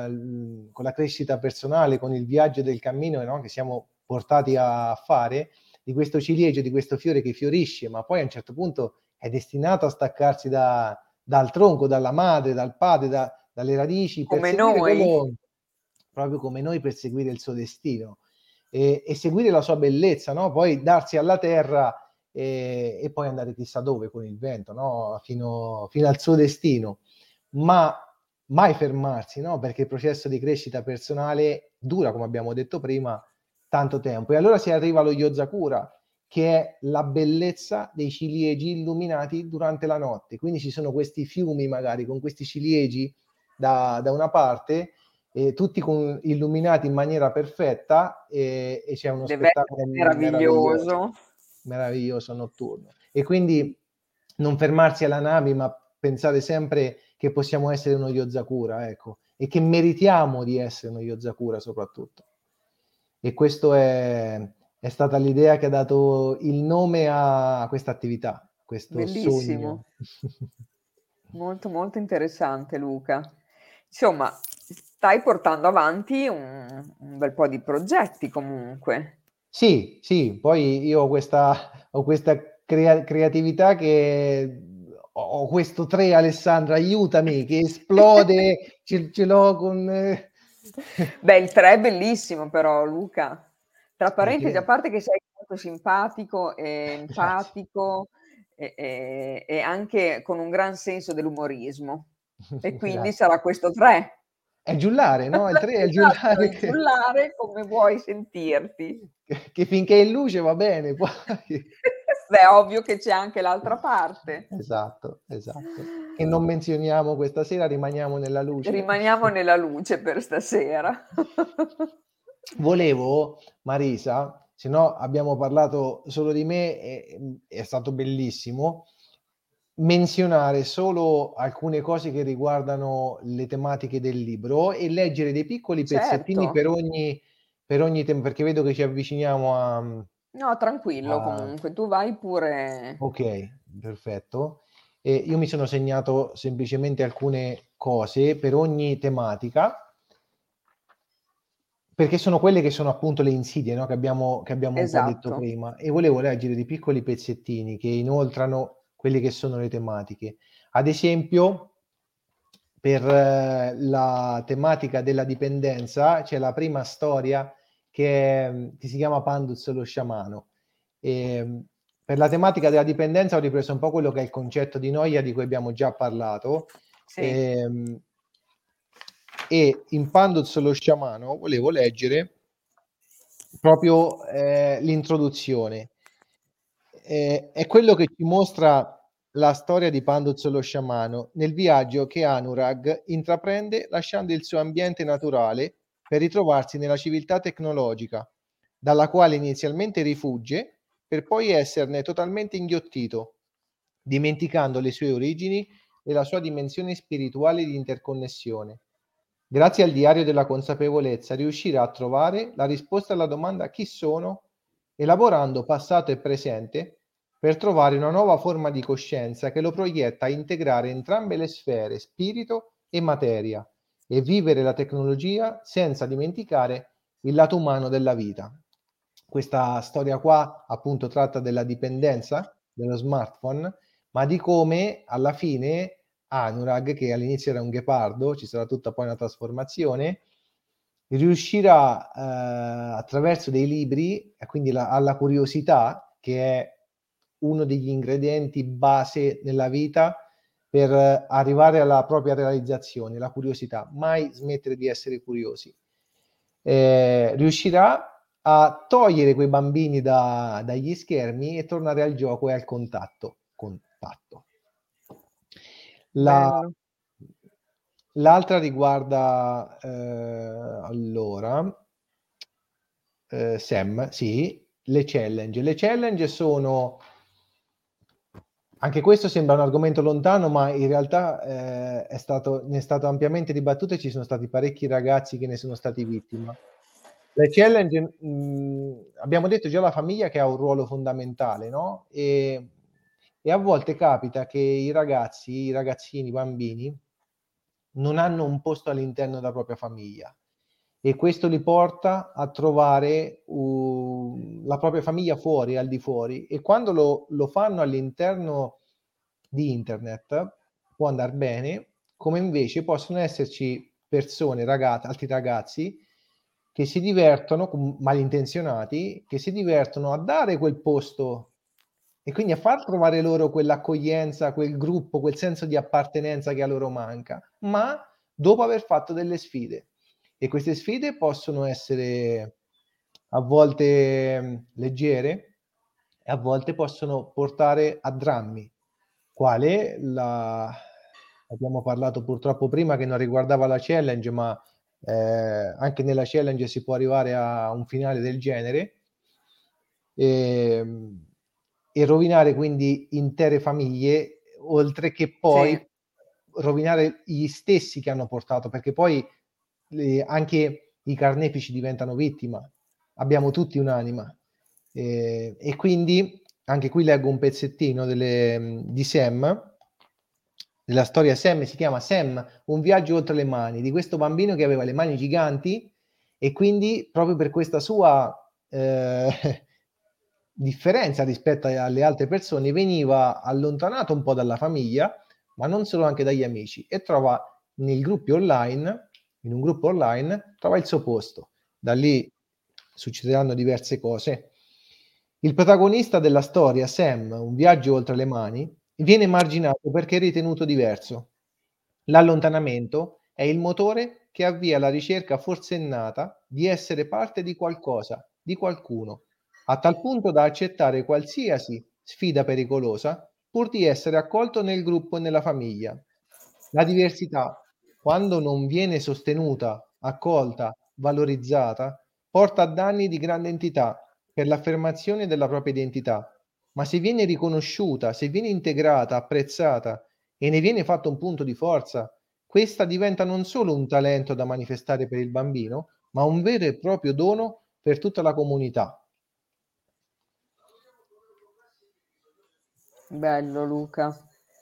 l con la crescita personale, con il viaggio del cammino, no, che siamo portati a fare, di questo ciliegio, di questo fiore che fiorisce, ma poi a un certo punto è destinato a staccarsi da dal tronco, dalla madre, dal padre, da dalle radici, per Come seguire noi. quello proprio come noi, per seguire il suo destino e e seguire la sua bellezza, no, poi darsi alla terra, ehm, e poi andare chissà dove con il vento, no, fino fino al suo destino. Ma mai fermarsi, no, perché il processo di crescita personale dura, come abbiamo detto prima, tanto tempo. E allora si arriva allo Yozakura, che è la bellezza dei ciliegi illuminati durante la notte. Quindi ci sono questi fiumi magari con questi ciliegi da da una parte, e tutti con illuminati in maniera perfetta, e e c'è uno Deve spettacolo essere meraviglioso, meraviglioso. meraviglioso notturno. E quindi non fermarsi alla Nami, ma pensare sempre che possiamo essere uno Yozakura, ecco, e che meritiamo di essere uno Yozakura soprattutto. E questo è è stata l'idea che ha dato il nome a questa attività, questo Bellissimo. sogno. Molto, molto interessante Luca. Insomma, stai portando avanti un un bel po' di progetti comunque. Sì, sì, poi io ho questa ho questa crea creatività che ho ho questo tre Alessandra, aiutami, che esplode, ce ce l'ho con Beh, il tre è bellissimo però Luca. Tra parentesi, a Perché? parte che sei molto simpatico e Grazie. empatico e e e anche con un gran senso dell'umorismo e quindi Grazie. sarà questo tre. È il giullare, no, il tre è il Esatto, giullare il che giullare come vuoi sentirti. che che finché è in luce va bene, poi Beh, ovvio che c'è anche l'altra parte. esatto, esatto. Che non menzioniamo questa sera, rimaniamo nella luce. Rimaniamo nella luce per stasera. volevo, Marisa, se no abbiamo parlato solo di me e è stato bellissimo, menzionare solo alcune cose che riguardano le tematiche del libro e leggere dei piccoli pezzettini Certo. per ogni per ogni tem perché vedo che ci avviciniamo a mhmm, No, tranquillo a comunque, tu vai pure. okay, perfetto. E io mi sono segnato semplicemente alcune cose per ogni tematica perché sono quelle che sono appunto le insidie, no, che abbiamo che abbiamo un po' detto Esatto. prima, e volevo leggere dei piccoli pezzettini che inoltrano quelle che sono le tematiche. Ad esempio, per la tematica della dipendenza c'è la prima storia che è che si chiama Panduz lo sciamano. Ehm, per la tematica della dipendenza ho ripreso un po' quello che è il concetto di noia di cui abbiamo già parlato, Sì. ehm e in Panduz lo sciamano volevo leggere proprio, ehm, l'introduzione. Ehm, è quello che ci mostra la storia di Panduz lo sciamano nel viaggio che Anurag intraprende lasciando il suo ambiente naturale per ritrovarsi nella civiltà tecnologica, dalla quale inizialmente rifugge per poi esserne totalmente inghiottito, dimenticando le sue origini e la sua dimensione spirituale di interconnessione. Grazie al diario della consapevolezza riuscirà a trovare la risposta alla domanda chi sono, elaborando passato e presente per trovare una nuova forma di coscienza che lo proietta a integrare entrambe le sfere, spirito e materia, e vivere la tecnologia senza dimenticare il lato umano della vita. Questa storia qua appunto tratta della dipendenza dello smartphone, ma di come alla fine Anurag, che all'inizio era un ghepardo, ci sarà tutta poi una trasformazione, riuscirà eh, attraverso dei libri, e quindi la, alla curiosità, che è uno degli ingredienti base nella vita per eh, arrivare alla propria realizzazione, la curiosità, mai smettere di essere curiosi. Eh, riuscirà a togliere quei bambini da, dagli schermi e tornare al gioco e al contatto. contatto. La, Bello. l'altra riguarda eh, allora eh, Sam, sì, le challenge. Le challenge sono anche questo sembra un argomento lontano, ma in realtà eh, è stato, ne è stato ampiamente dibattuto e ci sono stati parecchi ragazzi che ne sono stati vittima. Le challenge, mh, abbiamo detto già la famiglia che ha un ruolo fondamentale, no? E, e a volte capita che i ragazzi, i ragazzini, i bambini non hanno un posto all'interno della propria famiglia e questo li porta a trovare uh, la propria famiglia fuori, al di fuori, e quando lo, lo fanno all'interno di internet può andare bene, come invece possono esserci persone, ragazzi, altri ragazzi che si divertono, malintenzionati, che si divertono a dare quel posto e quindi a far trovare loro quell'accoglienza, quel gruppo, quel senso di appartenenza che a loro manca, ma dopo aver fatto delle sfide. E queste sfide possono essere a volte leggere e a volte possono portare a drammi, quale la abbiamo parlato purtroppo prima che non riguardava la challenge, ma eh, anche nella challenge si può arrivare a un finale del genere e, e rovinare quindi intere famiglie, oltre che poi Sì. rovinare gli stessi che hanno portato, perché poi le, anche i carnefici diventano vittima, abbiamo tutti un'anima. Eh, e quindi anche qui leggo un pezzettino delle, di Sam, della storia Sam, si chiama Sam, un viaggio oltre le mani, di questo bambino che aveva le mani giganti e quindi proprio per questa sua eh, differenza rispetto alle altre persone veniva allontanato un po' dalla famiglia, ma non solo, anche dagli amici, e trova nei gruppi online, in un gruppo online, trova il suo posto. Da lì succederanno diverse cose. Il protagonista della storia, Sam, un viaggio oltre le mani, viene emarginato perché ritenuto diverso. L'allontanamento è il motore che avvia la ricerca forsennata di essere parte di qualcosa, di qualcuno, a tal punto da accettare qualsiasi sfida pericolosa pur di essere accolto nel gruppo e nella famiglia. La diversità, quando non viene sostenuta, accolta, valorizzata, porta a danni di grande entità per l'affermazione della propria identità, ma se viene riconosciuta, se viene integrata, apprezzata e ne viene fatto un punto di forza, questa diventa non solo un talento da manifestare per il bambino, ma un vero e proprio dono per tutta la comunità. Bello, Luca.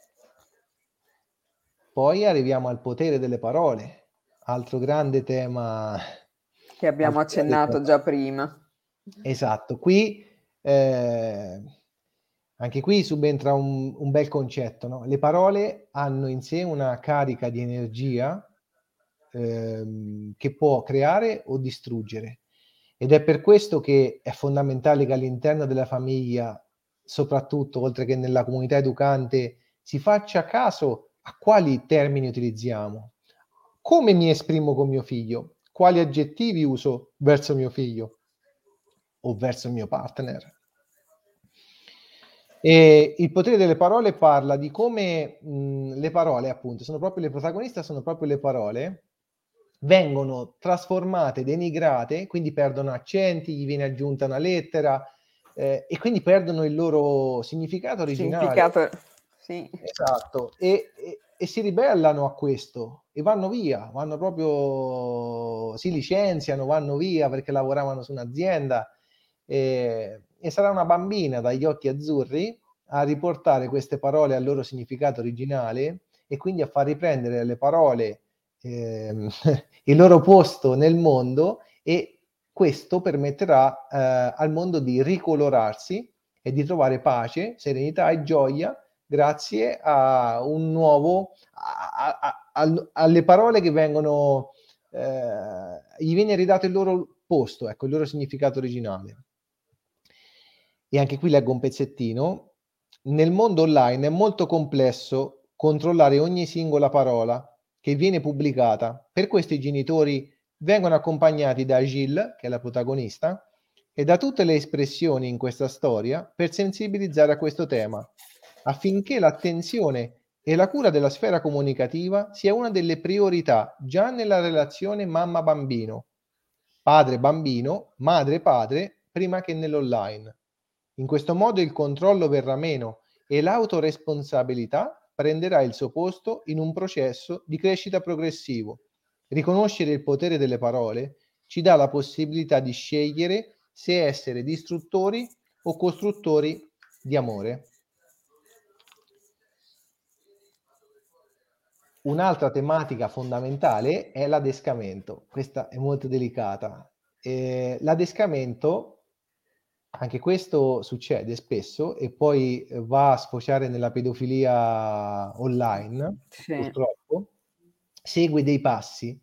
Poi arriviamo al potere delle parole, altro grande tema. Che abbiamo altro grande accennato tema. già prima. Esatto, qui eh, anche qui subentra un, un bel concetto, no? Le parole hanno in sé una carica di energia ehm, che può creare o distruggere, ed è per questo che è fondamentale che all'interno della famiglia, soprattutto oltre che nella comunità educante, si faccia caso a quali termini utilizziamo, come mi esprimo con mio figlio, quali aggettivi uso verso mio figlio o verso il mio partner. E il potere delle parole parla di come mh, le parole, appunto, sono proprio le protagoniste, sono proprio le parole, vengono trasformate, denigrate, quindi perdono accenti, gli viene aggiunta una lettera eh, e quindi perdono il loro significato originale. Significato, sì. Esatto, e, e, e si ribellano a questo e vanno via, vanno proprio, si licenziano, vanno via perché lavoravano su un'azienda. E, e sarà una bambina dagli occhi azzurri a riportare queste parole al loro significato originale e quindi a far riprendere alle parole ehm, il loro posto nel mondo, e questo permetterà eh, al mondo di ricolorarsi e di trovare pace, serenità e gioia grazie a un nuovo a, a, a, alle parole che vengono eh, gli viene ridato il loro posto, ecco, il loro significato originale. E anche qui leggo un pezzettino. Nel mondo online è molto complesso controllare ogni singola parola che viene pubblicata. Per questo i genitori vengono accompagnati da Gilles, che è la protagonista, e da tutte le espressioni in questa storia per sensibilizzare a questo tema, affinché l'attenzione e la cura della sfera comunicativa sia una delle priorità già nella relazione mamma-bambino, padre-bambino, madre-padre, prima che nell'online. In questo modo il controllo verrà meno e l'autoresponsabilità prenderà il suo posto in un processo di crescita progressivo. Riconoscere il potere delle parole ci dà la possibilità di scegliere se essere distruttori o costruttori di amore. Un'altra tematica fondamentale è l'adescamento. Questa è molto delicata. Eh, l'adescamento, anche questo succede spesso e poi va a sfociare nella pedofilia online, Sì. purtroppo, segue dei passi.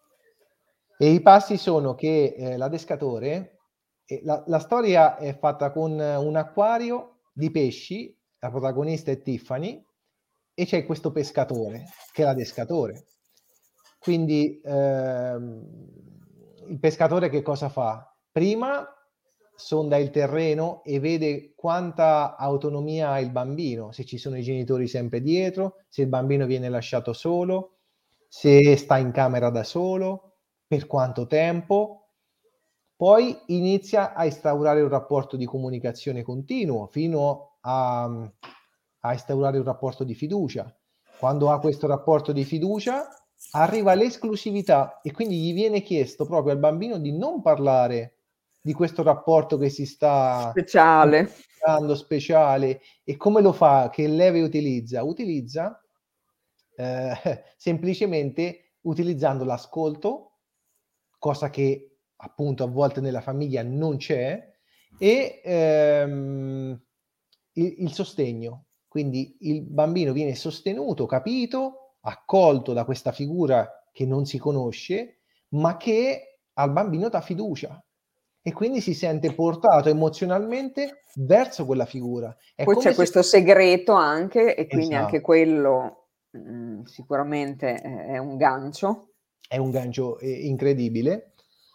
E i passi sono che eh, l'adescatore, eh, la, la storia è fatta con un acquario di pesci, la protagonista è Tiffany, e c'è questo pescatore, che è l'adescatore. Quindi ehm, il pescatore che cosa fa? Prima sonda il terreno e vede quanta autonomia ha il bambino, se ci sono i genitori sempre dietro, se il bambino viene lasciato solo, se sta in camera da solo, per quanto tempo. Poi inizia a instaurare un rapporto di comunicazione continuo fino a, a instaurare un rapporto di fiducia. Quando ha questo rapporto di fiducia arriva l'esclusività e quindi gli viene chiesto proprio al bambino di non parlare di questo rapporto che si sta Speciale. dando speciale. E come lo fa? Che leve utilizza? Utilizza eh, semplicemente utilizzando l'ascolto, cosa che appunto a volte nella famiglia non c'è, e ehm, il, il sostegno. Quindi il bambino viene sostenuto, capito, accolto da questa figura che non si conosce, ma che al bambino dà fiducia e quindi si sente portato emozionalmente verso quella figura. È Poi come c'è se... questo segreto anche, e quindi Esatto. anche quello mh, sicuramente è, è un gancio. È un gancio eh, incredibile.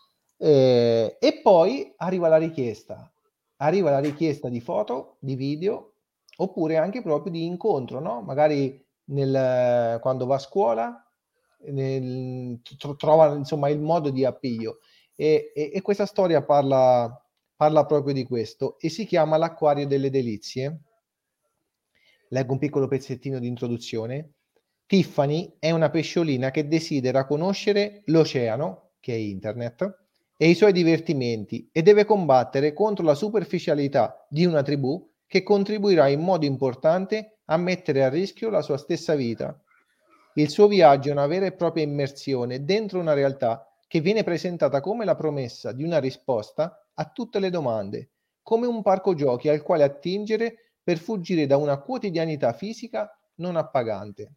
Eh, e poi arriva la richiesta, arriva la richiesta di foto, di video, oppure anche proprio di incontro, no? Magari nel, quando va a scuola nel, tro- trova insomma il modo di appiglio. E, e, e questa storia parla, parla proprio di questo e si chiama L'acquario delle delizie. Leggo un piccolo pezzettino di introduzione. Tiffany è una pesciolina che desidera conoscere l'oceano, che è internet, e i suoi divertimenti e deve combattere contro la superficialità di una tribù che contribuirà in modo importante a mettere a rischio la sua stessa vita. Il suo viaggio è una vera e propria immersione dentro una realtà che viene presentata come la promessa di una risposta a tutte le domande, come un parco giochi al quale attingere per fuggire da una quotidianità fisica non appagante.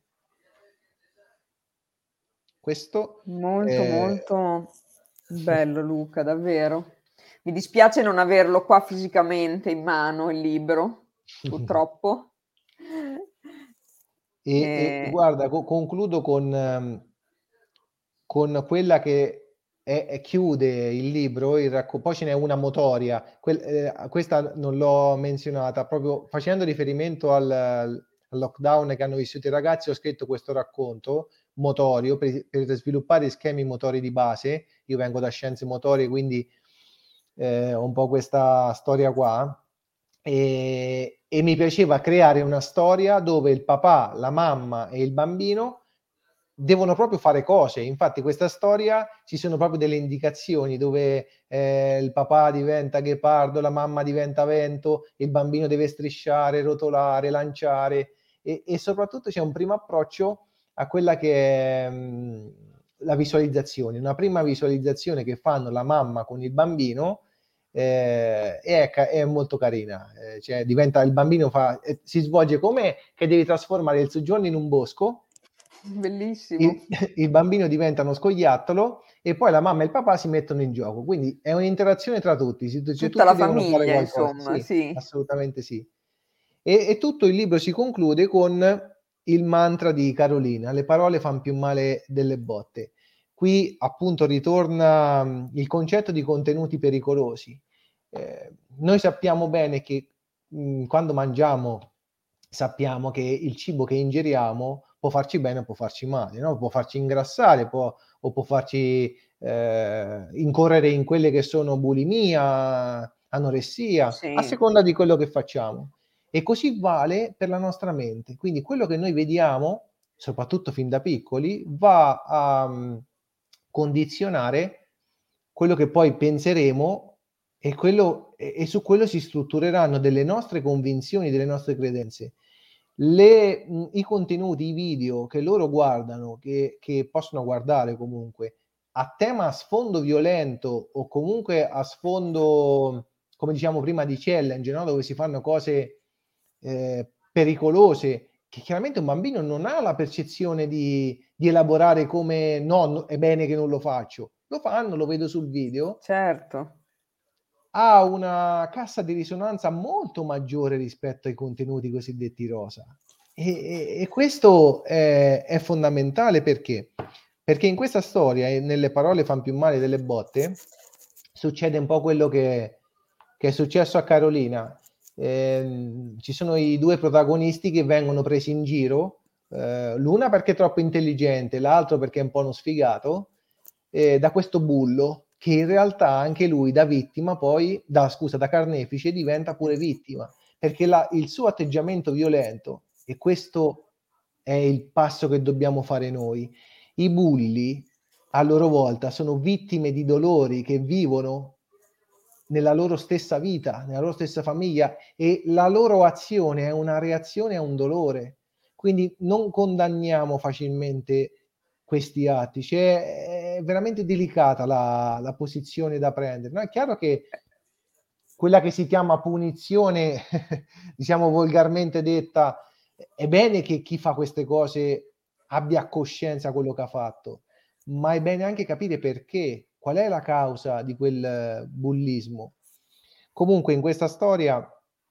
Questo Molto, è... molto bello Luca, davvero. Mi dispiace non averlo qua fisicamente in mano il libro, purtroppo. E, e E... guarda, co- concludo con, ehm, con quella che è, è- chiude il libro, il racco- poi ce n'è una motoria, quel- eh, questa non l'ho menzionata, proprio facendo riferimento al, al lockdown che hanno vissuto i ragazzi, ho scritto questo racconto motorio per, per sviluppare schemi motori di base. Io vengo da scienze motorie, quindi eh, ho un po' questa storia qua. E, e mi piaceva creare una storia dove il papà, la mamma e il bambino devono proprio fare cose. Infatti questa storia ci sono proprio delle indicazioni dove eh, il papà diventa ghepardo, la mamma diventa vento, il bambino deve strisciare, rotolare, lanciare e, e soprattutto c'è un primo approccio a quella che è mh, la visualizzazione, una prima visualizzazione che fanno la mamma con il bambino. Eh, è, è molto carina, eh, cioè diventa il bambino fa, eh, si svolge come che devi trasformare il soggiorno in un bosco. Bellissimo. Il, il bambino diventa uno scoiattolo e poi la mamma e il papà si mettono in gioco, quindi è un'interazione tra tutti, cioè, Tutta tutti la devono fare famiglia, qualcosa, insomma, sì, sì. assolutamente sì. E, e tutto il libro si conclude con il mantra di Carolina: le parole fanno più male delle botte. Qui appunto ritorna mh, il concetto di contenuti pericolosi. Eh, noi sappiamo bene che mh, quando mangiamo sappiamo che il cibo che ingeriamo può farci bene o può farci male, no? Può farci ingrassare, può, o può farci eh, incorrere in quelle che sono bulimia, anoressia, a Sì, seconda di quello che facciamo. E così vale per la nostra mente. Quindi quello che noi vediamo, soprattutto fin da piccoli, va a um, condizionare quello che poi penseremo e, quello, e, e su quello si struttureranno delle nostre convinzioni, delle nostre credenze. Le, mh, I contenuti, i video che loro guardano, che, che possono guardare comunque, a tema a sfondo violento o comunque a sfondo, come diciamo prima, di challenge, no? Dove si fanno cose eh, pericolose, che chiaramente un bambino non ha la percezione di, di elaborare come no, è bene che non lo faccio. Lo fanno, lo vedo sul video, certo. ha una cassa di risonanza molto maggiore rispetto ai contenuti cosiddetti rosa. E, e, e questo è, è fondamentale perché? Perché in questa storia, e nelle parole fan più male delle botte, succede un po' quello che, che è successo a Carolina. Eh, ci sono i due protagonisti che vengono presi in giro, eh, l'una perché è troppo intelligente, l'altro perché è un po' uno sfigato, eh, da questo bullo che in realtà anche lui da vittima poi, da, scusa, da carnefice diventa pure vittima, perché la, il suo atteggiamento violento, e questo è il passo che dobbiamo fare noi, i bulli a loro volta sono vittime di dolori che vivono nella loro stessa vita, nella loro stessa famiglia e la loro azione è una reazione a un dolore. Quindi non condanniamo facilmente questi atti, cioè è veramente delicata la, la posizione da prendere. No, è chiaro che quella che si chiama punizione, diciamo volgarmente detta, è bene che chi fa queste cose abbia coscienza di quello che ha fatto, ma è bene anche capire perché, qual è la causa di quel bullismo. Comunque in questa storia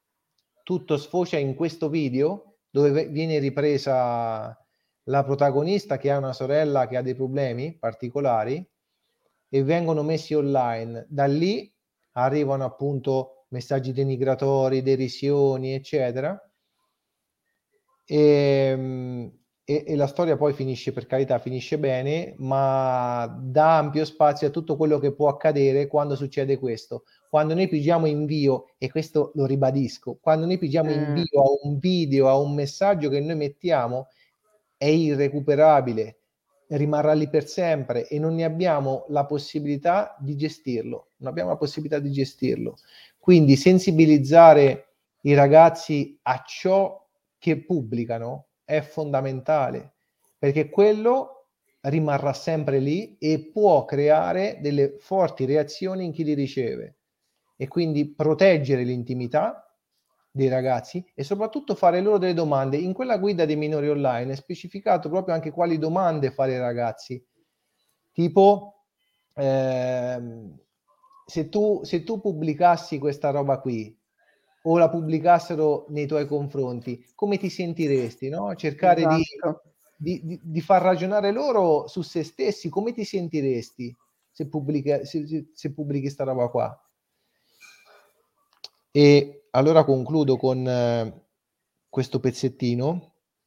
tutto sfocia in questo video dove viene ripresa la protagonista che ha una sorella che ha dei problemi particolari e vengono messi online. Da lì arrivano appunto messaggi denigratori, derisioni, eccetera. E, e, e la storia poi finisce, per carità, finisce bene, ma dà ampio spazio a tutto quello che può accadere quando succede questo. Quando noi pigiamo invio, e questo lo ribadisco, quando noi pigiamo Mm, invio a un video, a un messaggio che noi mettiamo, è irrecuperabile, rimarrà lì per sempre e non ne abbiamo la possibilità di gestirlo. Non abbiamo la possibilità di gestirlo. Quindi sensibilizzare i ragazzi a ciò che pubblicano è fondamentale, perché quello rimarrà sempre lì e può creare delle forti reazioni in chi li riceve. E quindi proteggere l'intimità dei ragazzi e soprattutto fare loro delle domande. In quella guida dei minori online è specificato proprio anche quali domande fare ai ragazzi, tipo ehm, se tu, se tu pubblicassi questa roba qui o la pubblicassero nei tuoi confronti, come ti sentiresti, no? Cercare di, esatto. di, di, di far ragionare loro su se stessi, come ti sentiresti se pubblichi, se, se, se pubblichi sta roba qua. E allora concludo con eh, questo pezzettino.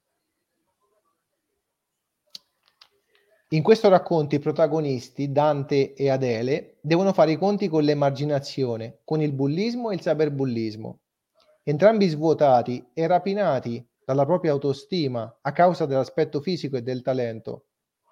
In questo racconto i protagonisti, Dante e Adele, devono fare i conti con l'emarginazione, con il bullismo e il cyberbullismo. Entrambi svuotati e rapinati dalla propria autostima a causa dell'aspetto fisico e del talento.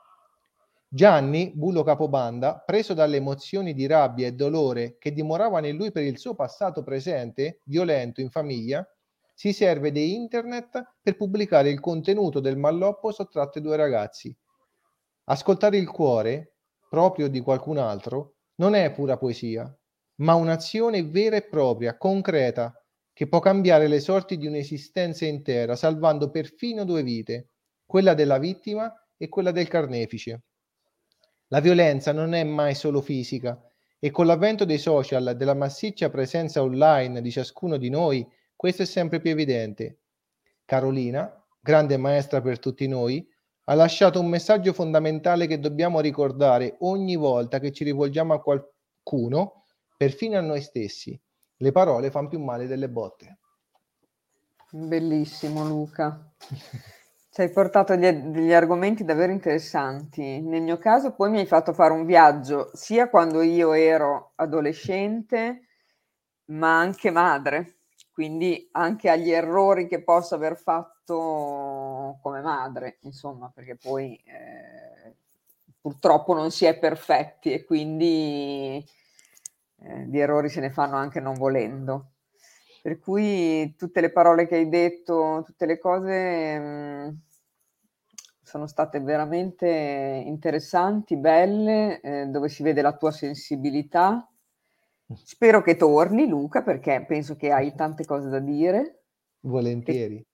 Gianni, bullo capobanda, preso dalle emozioni di rabbia e dolore che dimoravano in lui per il suo passato presente, violento in famiglia, si serve di internet per pubblicare il contenuto del malloppo sottratto ai due ragazzi. Ascoltare il cuore, proprio di qualcun altro, non è pura poesia, ma un'azione vera e propria, concreta, che può cambiare le sorti di un'esistenza intera, salvando perfino due vite, quella della vittima e quella del carnefice. La violenza non è mai solo fisica e con l'avvento dei social e della massiccia presenza online di ciascuno di noi, questo è sempre più evidente. Carolina, grande maestra per tutti noi, ha lasciato un messaggio fondamentale che dobbiamo ricordare ogni volta che ci rivolgiamo a qualcuno, perfino a noi stessi. Le parole fanno più male delle botte. Bellissimo Luca. Ci hai portato degli, degli argomenti davvero interessanti. Nel mio caso poi mi hai fatto fare un viaggio sia quando io ero adolescente, ma anche madre, quindi anche agli errori che posso aver fatto come madre, insomma, perché poi eh, purtroppo non si è perfetti e quindi eh, di errori se ne fanno anche non volendo. Per cui tutte le parole che hai detto, tutte le cose mh, sono state veramente interessanti, belle, eh, dove si vede la tua sensibilità. Spero che torni, Luca, perché penso che hai tante cose da dire. E, Volentieri.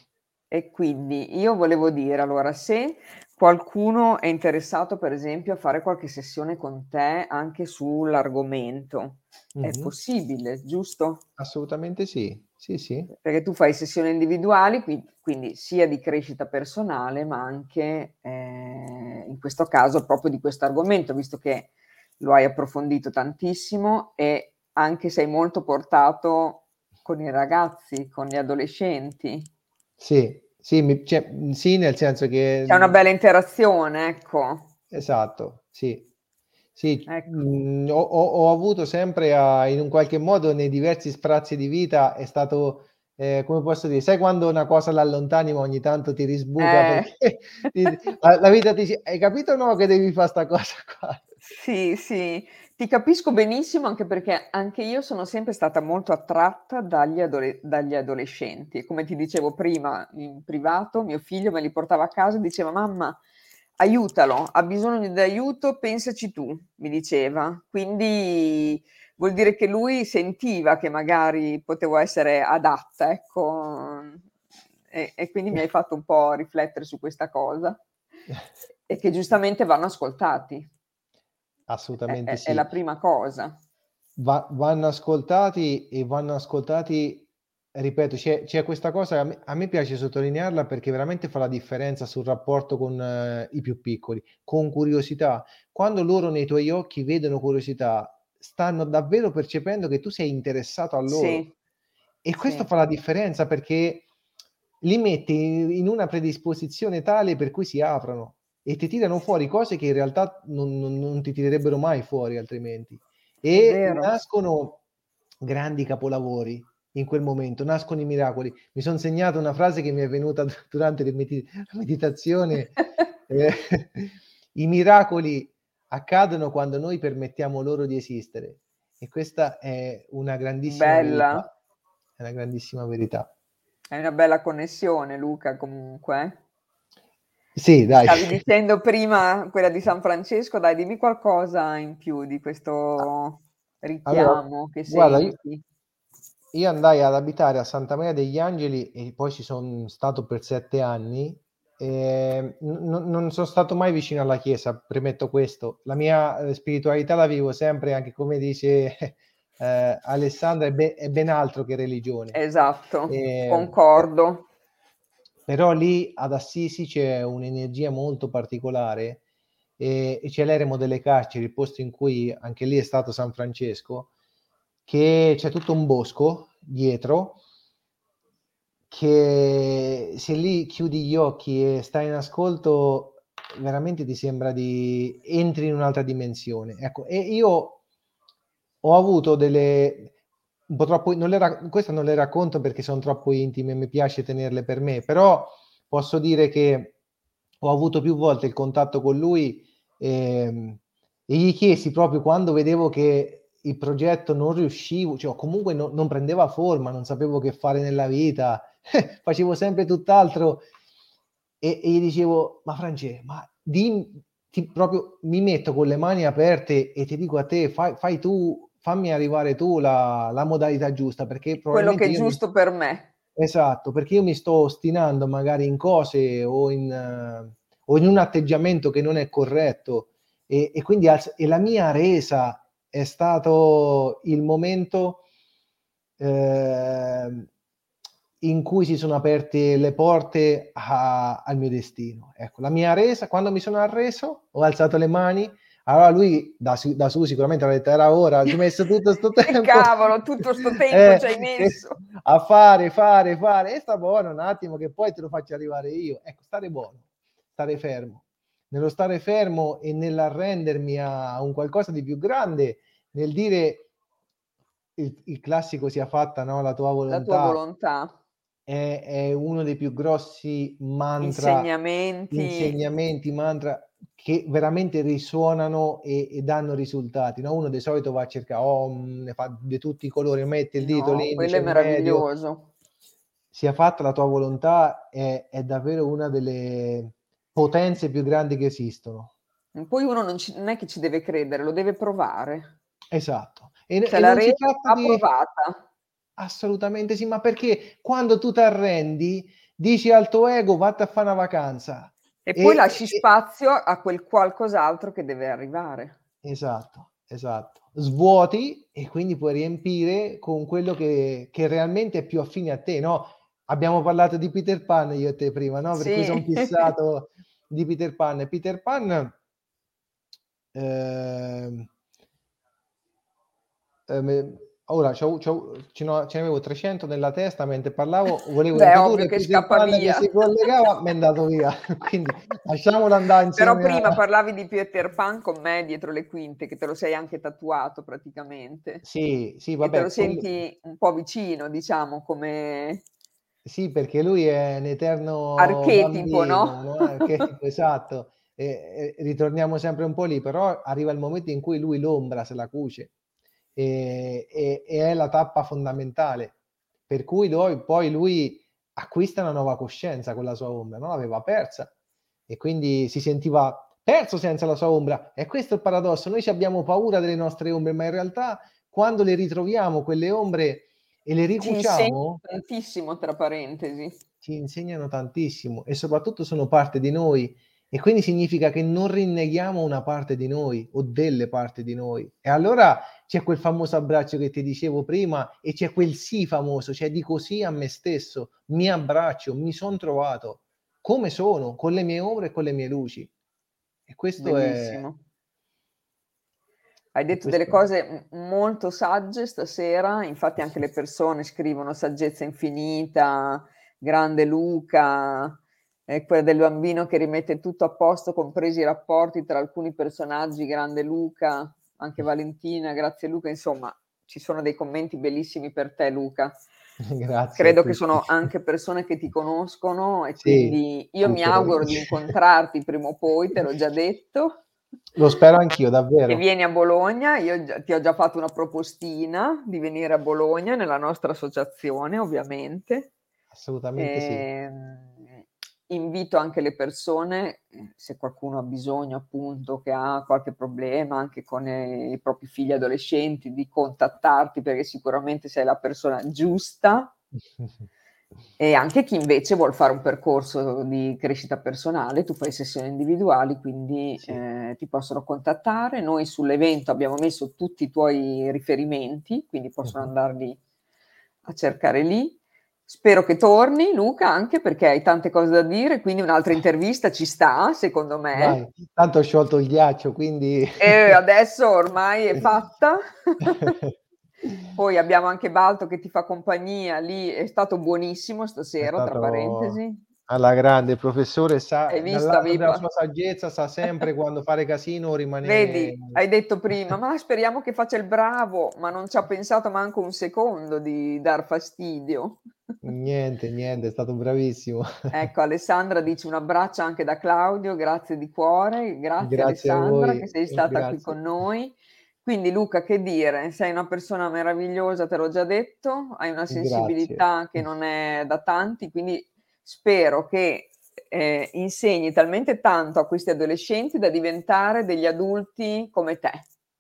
e quindi io volevo dire, allora, se qualcuno è interessato, per esempio, a fare qualche sessione con te anche sull'argomento, è Mhm. possibile, giusto? Assolutamente sì, sì, sì. Perché tu fai sessioni individuali, quindi, quindi sia di crescita personale, ma anche eh, in questo caso proprio di questo argomento, visto che lo hai approfondito tantissimo e anche sei molto portato con i ragazzi, con gli adolescenti. Sì, sì, mi- cioè, sì, nel senso che C'è una bella interazione, ecco. esatto, sì. Sì, Ecco. mh, ho, ho- ho avuto sempre a- in un qualche modo nei diversi sprazzi di vita è stato, eh, come posso dire, sai quando una cosa l'allontani ma ogni tanto ti risbuca Eh. perché ti- la, la vita ti dice, hai capito o no che devi fare sta cosa qua? Sì, sì, ti capisco benissimo anche perché anche io sono sempre stata molto attratta dagli, adole- dagli adolescenti. Come ti dicevo prima in privato, mio figlio me li portava a casa e diceva: Mamma, aiutalo, ha bisogno di aiuto, pensaci tu, mi diceva. Quindi vuol dire che lui sentiva che magari potevo essere adatta, ecco. E, e quindi mi hai fatto un po' riflettere su questa cosa e che giustamente vanno ascoltati. È, Assolutamente è- è sì. la prima cosa. Va- vanno ascoltati e vanno ascoltati, ripeto, c'è, c'è questa cosa, a me, a me piace sottolinearla perché veramente fa la differenza sul rapporto con eh, i più piccoli, con curiosità. Quando loro nei tuoi occhi vedono curiosità, stanno davvero percependo che tu sei interessato a loro. Sì, E questo sì, fa la differenza perché li mette in in una predisposizione tale per cui si aprono e ti tirano fuori cose che in realtà non non non ti tirerebbero mai fuori altrimenti. È E vero. nascono grandi capolavori in quel momento, nascono i miracoli. Mi son segnato una frase che mi è venuta d durante le medi la meditazione, ehm, i miracoli accadono quando noi permettiamo loro di esistere e questa è una grandissima Bella. verità, è una grandissima verità. Hai una bella connessione Luca comunque, eh. Sì, dai. Stavi dicendo prima quella di San Francesco, dai dimmi qualcosa in più di A questo allora, richiamo che guarda i senti. io andai ad abitare a Santa Maria degli Angeli e poi ci son stato per sette anni, ehm, n non non son stato mai vicino alla chiesa, premetto questo. La mia, ehm, spiritualità la vivo sempre anche come dice, ehm, Alessandra è be è ben altro che religione. Esatto, Ehm, pe concordo. però lì ad Assisi c'è un'energia molto particolare, ehm, e c'è l'eremo delle carceri, il posto in cui anche lì è stato San Francesco, che c'è tutto un bosco dietro che se lì chiudi gli occhi e stai in ascolto, veramente ti sembra di entri in un'altra dimensione. Ecco, e io ho avuto delle un po' troppo non le ra queste non le racconto perché son troppo intime, mi piace tenerle per me, però posso dire che ho avuto più volte il contatto con lui, ehm, e gli chiesi proprio quando vedevo che il progetto non riuscivo, cioè o comunque no non prendeva forma, non sapevo che fare nella vita, facevo sempre tutt'altro e e gli dicevo: "Ma Francè, ma dim ti proprio mi metto con le mani aperte e ti dico a te, fai fai tu, fammi arrivare tu la la modalità giusta, perché Quello che probabilmente è io mi" giusto per me. esatto, perché io mi sto ostinando magari in cose o in o in un atteggiamento che non è corretto e e quindi alz e la mia resa è stato il momento, ehm, in cui si sono aperte le porte a al mio destino. Ecco, la mia resa quando mi sono arreso, ho alzato le mani, allora lui da su da su sicuramente avrà detto: "Era ora, ci hai messo tutto 'sto Che tempo, cavolo, tutto 'sto tempo eh, ci hai che messo. a fare, fare, fare, e sta buono un attimo che poi te lo faccio arrivare io." Ecco, stare buono, stare fermo. Nello stare fermo e nell'arrendermi a un qualcosa di più grande, nel dire il il classico "sia fatta, no, la tua La tua volontà" volontà. è è uno dei più grossi mantra, Insegnamenti. insegnamenti, mantra che veramente risuonano e e danno risultati, no, uno di solito va a cerca Om, ne fa di tutti i colori, mette il dito, No, quello l'indice, è il medio. meraviglioso. Sia fatta la tua volontà è è davvero una delle potenze più grandi che esistono. Poi uno non ci non è che ci deve credere, lo deve provare. Esatto. E n Cioè e la non si resa tratta va di provata. assolutamente sì, ma perché quando tu t'arrendi, dici al tuo ego: "Vatte a fa' 'na vacanza." E E poi e lasci e spazio a quel qualcos'altro che deve arrivare. esatto, esatto. Svuoti e quindi puoi riempire con quello che che realmente è più affine a te, no, abbiamo parlato di Peter Pan io e te prima, no, per cui Sì. son fissato di Peter Pan. Peter Pan ehm ehm, me ora c'ho c'ho ce n'ho ce ne avevo trecento nella testa mentre parlavo, volevo Beh, ovvio introdurre che Peter scappa Pan che via. si collegava, m'è andato via. Quindi lasciamolo andà Però insieme a prima parlavi di Peter Pan con me dietro le quinte, che te lo sei anche tatuato praticamente. sì, sì, E te lo vabbè, quello senti un po' vicino, diciamo, come sì, perché lui è un eterno archetipo, no? bambino, no, archetipo, esatto. E e ritorniamo sempre un po' lì, però arriva il momento in cui lui l'ombra se la cuce, ehm, e e è la tappa fondamentale, per cui loi poi lui acquista una nuova coscienza con la sua ombra, no, l'aveva persa e quindi si sentiva perso senza la sua ombra. E questo è il paradosso, noi c'abbiamo paura delle nostre ombre, ma in realtà quando le ritroviamo quelle ombre e le Ci insegna ricuciamo tantissimo tra parentesi. ci insegnano tantissimo e soprattutto sono parte di noi e quindi significa che non rinneghiamo una parte di noi o delle parti di noi. E allora c'è quel famoso abbraccio che ti dicevo prima e c'è quel sì famoso, cioè dico sì a me stesso, mi abbraccio, mi son trovato come sono, con le mie ombre e con le mie luci. E questo è Bellissimo. Hai e detto delle questo è cose m molto sagge stasera, infatti anche le persone scrivono saggezza infinita, grande Luca, e quella del bambino che rimette tutto a posto, compresi i rapporti tra alcuni personaggi, grande Luca, anche Valentina, grazie Luca, insomma, ci sono dei commenti bellissimi per te Luca. Grazie a Credo che tutti. sono anche persone che ti conoscono e Sì, quindi io mi supero. auguro di incontrarti prima o poi, te l'ho già detto. Lo spero anch'io, Che davvero. vieni a Bologna, io già, ti ho già fatto una propostina di venire a Bologna nella nostra associazione, ovviamente. Assolutamente sì. Ehm, invito anche le persone, se qualcuno ha bisogno appunto, che ha qualche problema anche con eh, i propri figli adolescenti, di contattarti perché sicuramente sei la persona giusta. E anche chi invece vuol fare un percorso di crescita personale, tu fai sessioni individuali, quindi Sì. eh, ti possono contattare. Noi sull'evento abbiamo messo tutti i tuoi riferimenti, quindi possono Mh-mh. andarli a cercare lì. Spero che torni, Luca, anche perché hai tante cose da dire, quindi un'altra intervista ci sta, secondo me. Vai, tanto ho sciolto il ghiaccio, quindi E adesso ormai è fatta. Poi abbiamo anche Balto che ti fa compagnia, lì è stato buonissimo È stasera, tra stato parentesi. alla grande, il professore Hai sa dal visto, lato avevi della pa sua saggezza, sa sempre quando fare casino o rimanere. vedi, hai detto prima: "Ma speriamo che faccia il bravo", ma non ci ha pensato manco un secondo di dar fastidio. Niente, niente, è stato bravissimo. Ecco, Alessandra dice: "Un abbraccio anche da Claudio, grazie di cuore". Grazie Grazie a Alessandra che voi, sei stata qui grazie. con noi. Quindi Luca, che dire, sei una persona meravigliosa, te l'ho già detto, hai una Grazie. sensibilità che non è da tanti, quindi spero che, ehm, insegni talmente tanto a questi adolescenti da diventare degli adulti come te.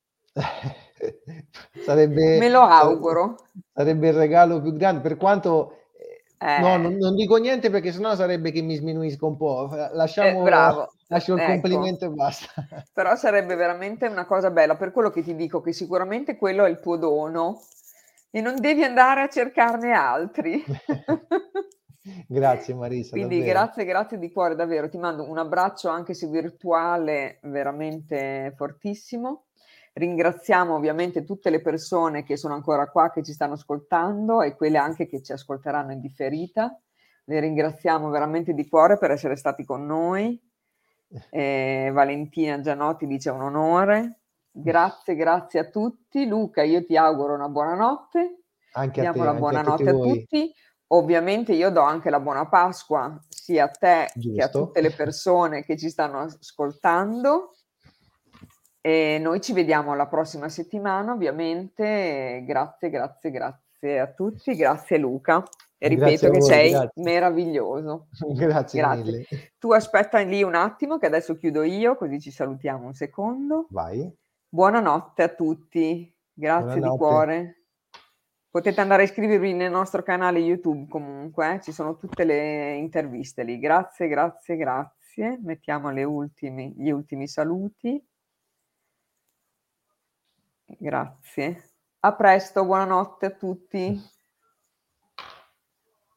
Sarebbe Me lo sare auguro. sarebbe il regalo più grande, per quanto, ehm, no, Eh, non non dico niente perché se no sarebbe che mi sminuisco un po'. F eh, lasciamo bravo, lascio il ecco. complimento e basta. Però sarebbe veramente una cosa bella, per quello che ti dico che sicuramente quello è il tuo dono e non devi andare a cercarne altri. Grazie Marisa, Quindi davvero. grazie, grazie di cuore, davvero. Ti mando un abbraccio anche se virtuale veramente fortissimo. Ringraziamo ovviamente tutte le persone che sono ancora qua, che ci stanno ascoltando e quelle anche che ci ascolteranno in differita. Le ringraziamo veramente di cuore per essere stati con noi. Eh, Valentina Gianotti dice: "È un onore". Grazie, grazie a tutti. Luca, io ti auguro una buonanotte. Anche a Diamo te, la anche a tutti buonanotte a voi. tutti. Ovviamente io do anche la buona Pasqua sia a te che a Giusto. tutte le persone che ci stanno ascoltando. E noi ci vediamo la prossima settimana, ovviamente. Grazie, grazie, grazie a tutti. Grazie Luca. E Grazie ripeto a che voi, sei grazie. meraviglioso. Grazie Grazie. mille. Tu aspetta lì un attimo che adesso chiudo io, così ci salutiamo un secondo. Vai. Buonanotte a tutti. Grazie di Buonanotte. cuore. Potete andare a iscrivervi nel nostro canale YouTube comunque, eh, ci sono tutte le interviste lì. Grazie, grazie, grazie. Mettiamo le ultimi gli ultimi saluti. Grazie. A presto, buonanotte a tutti.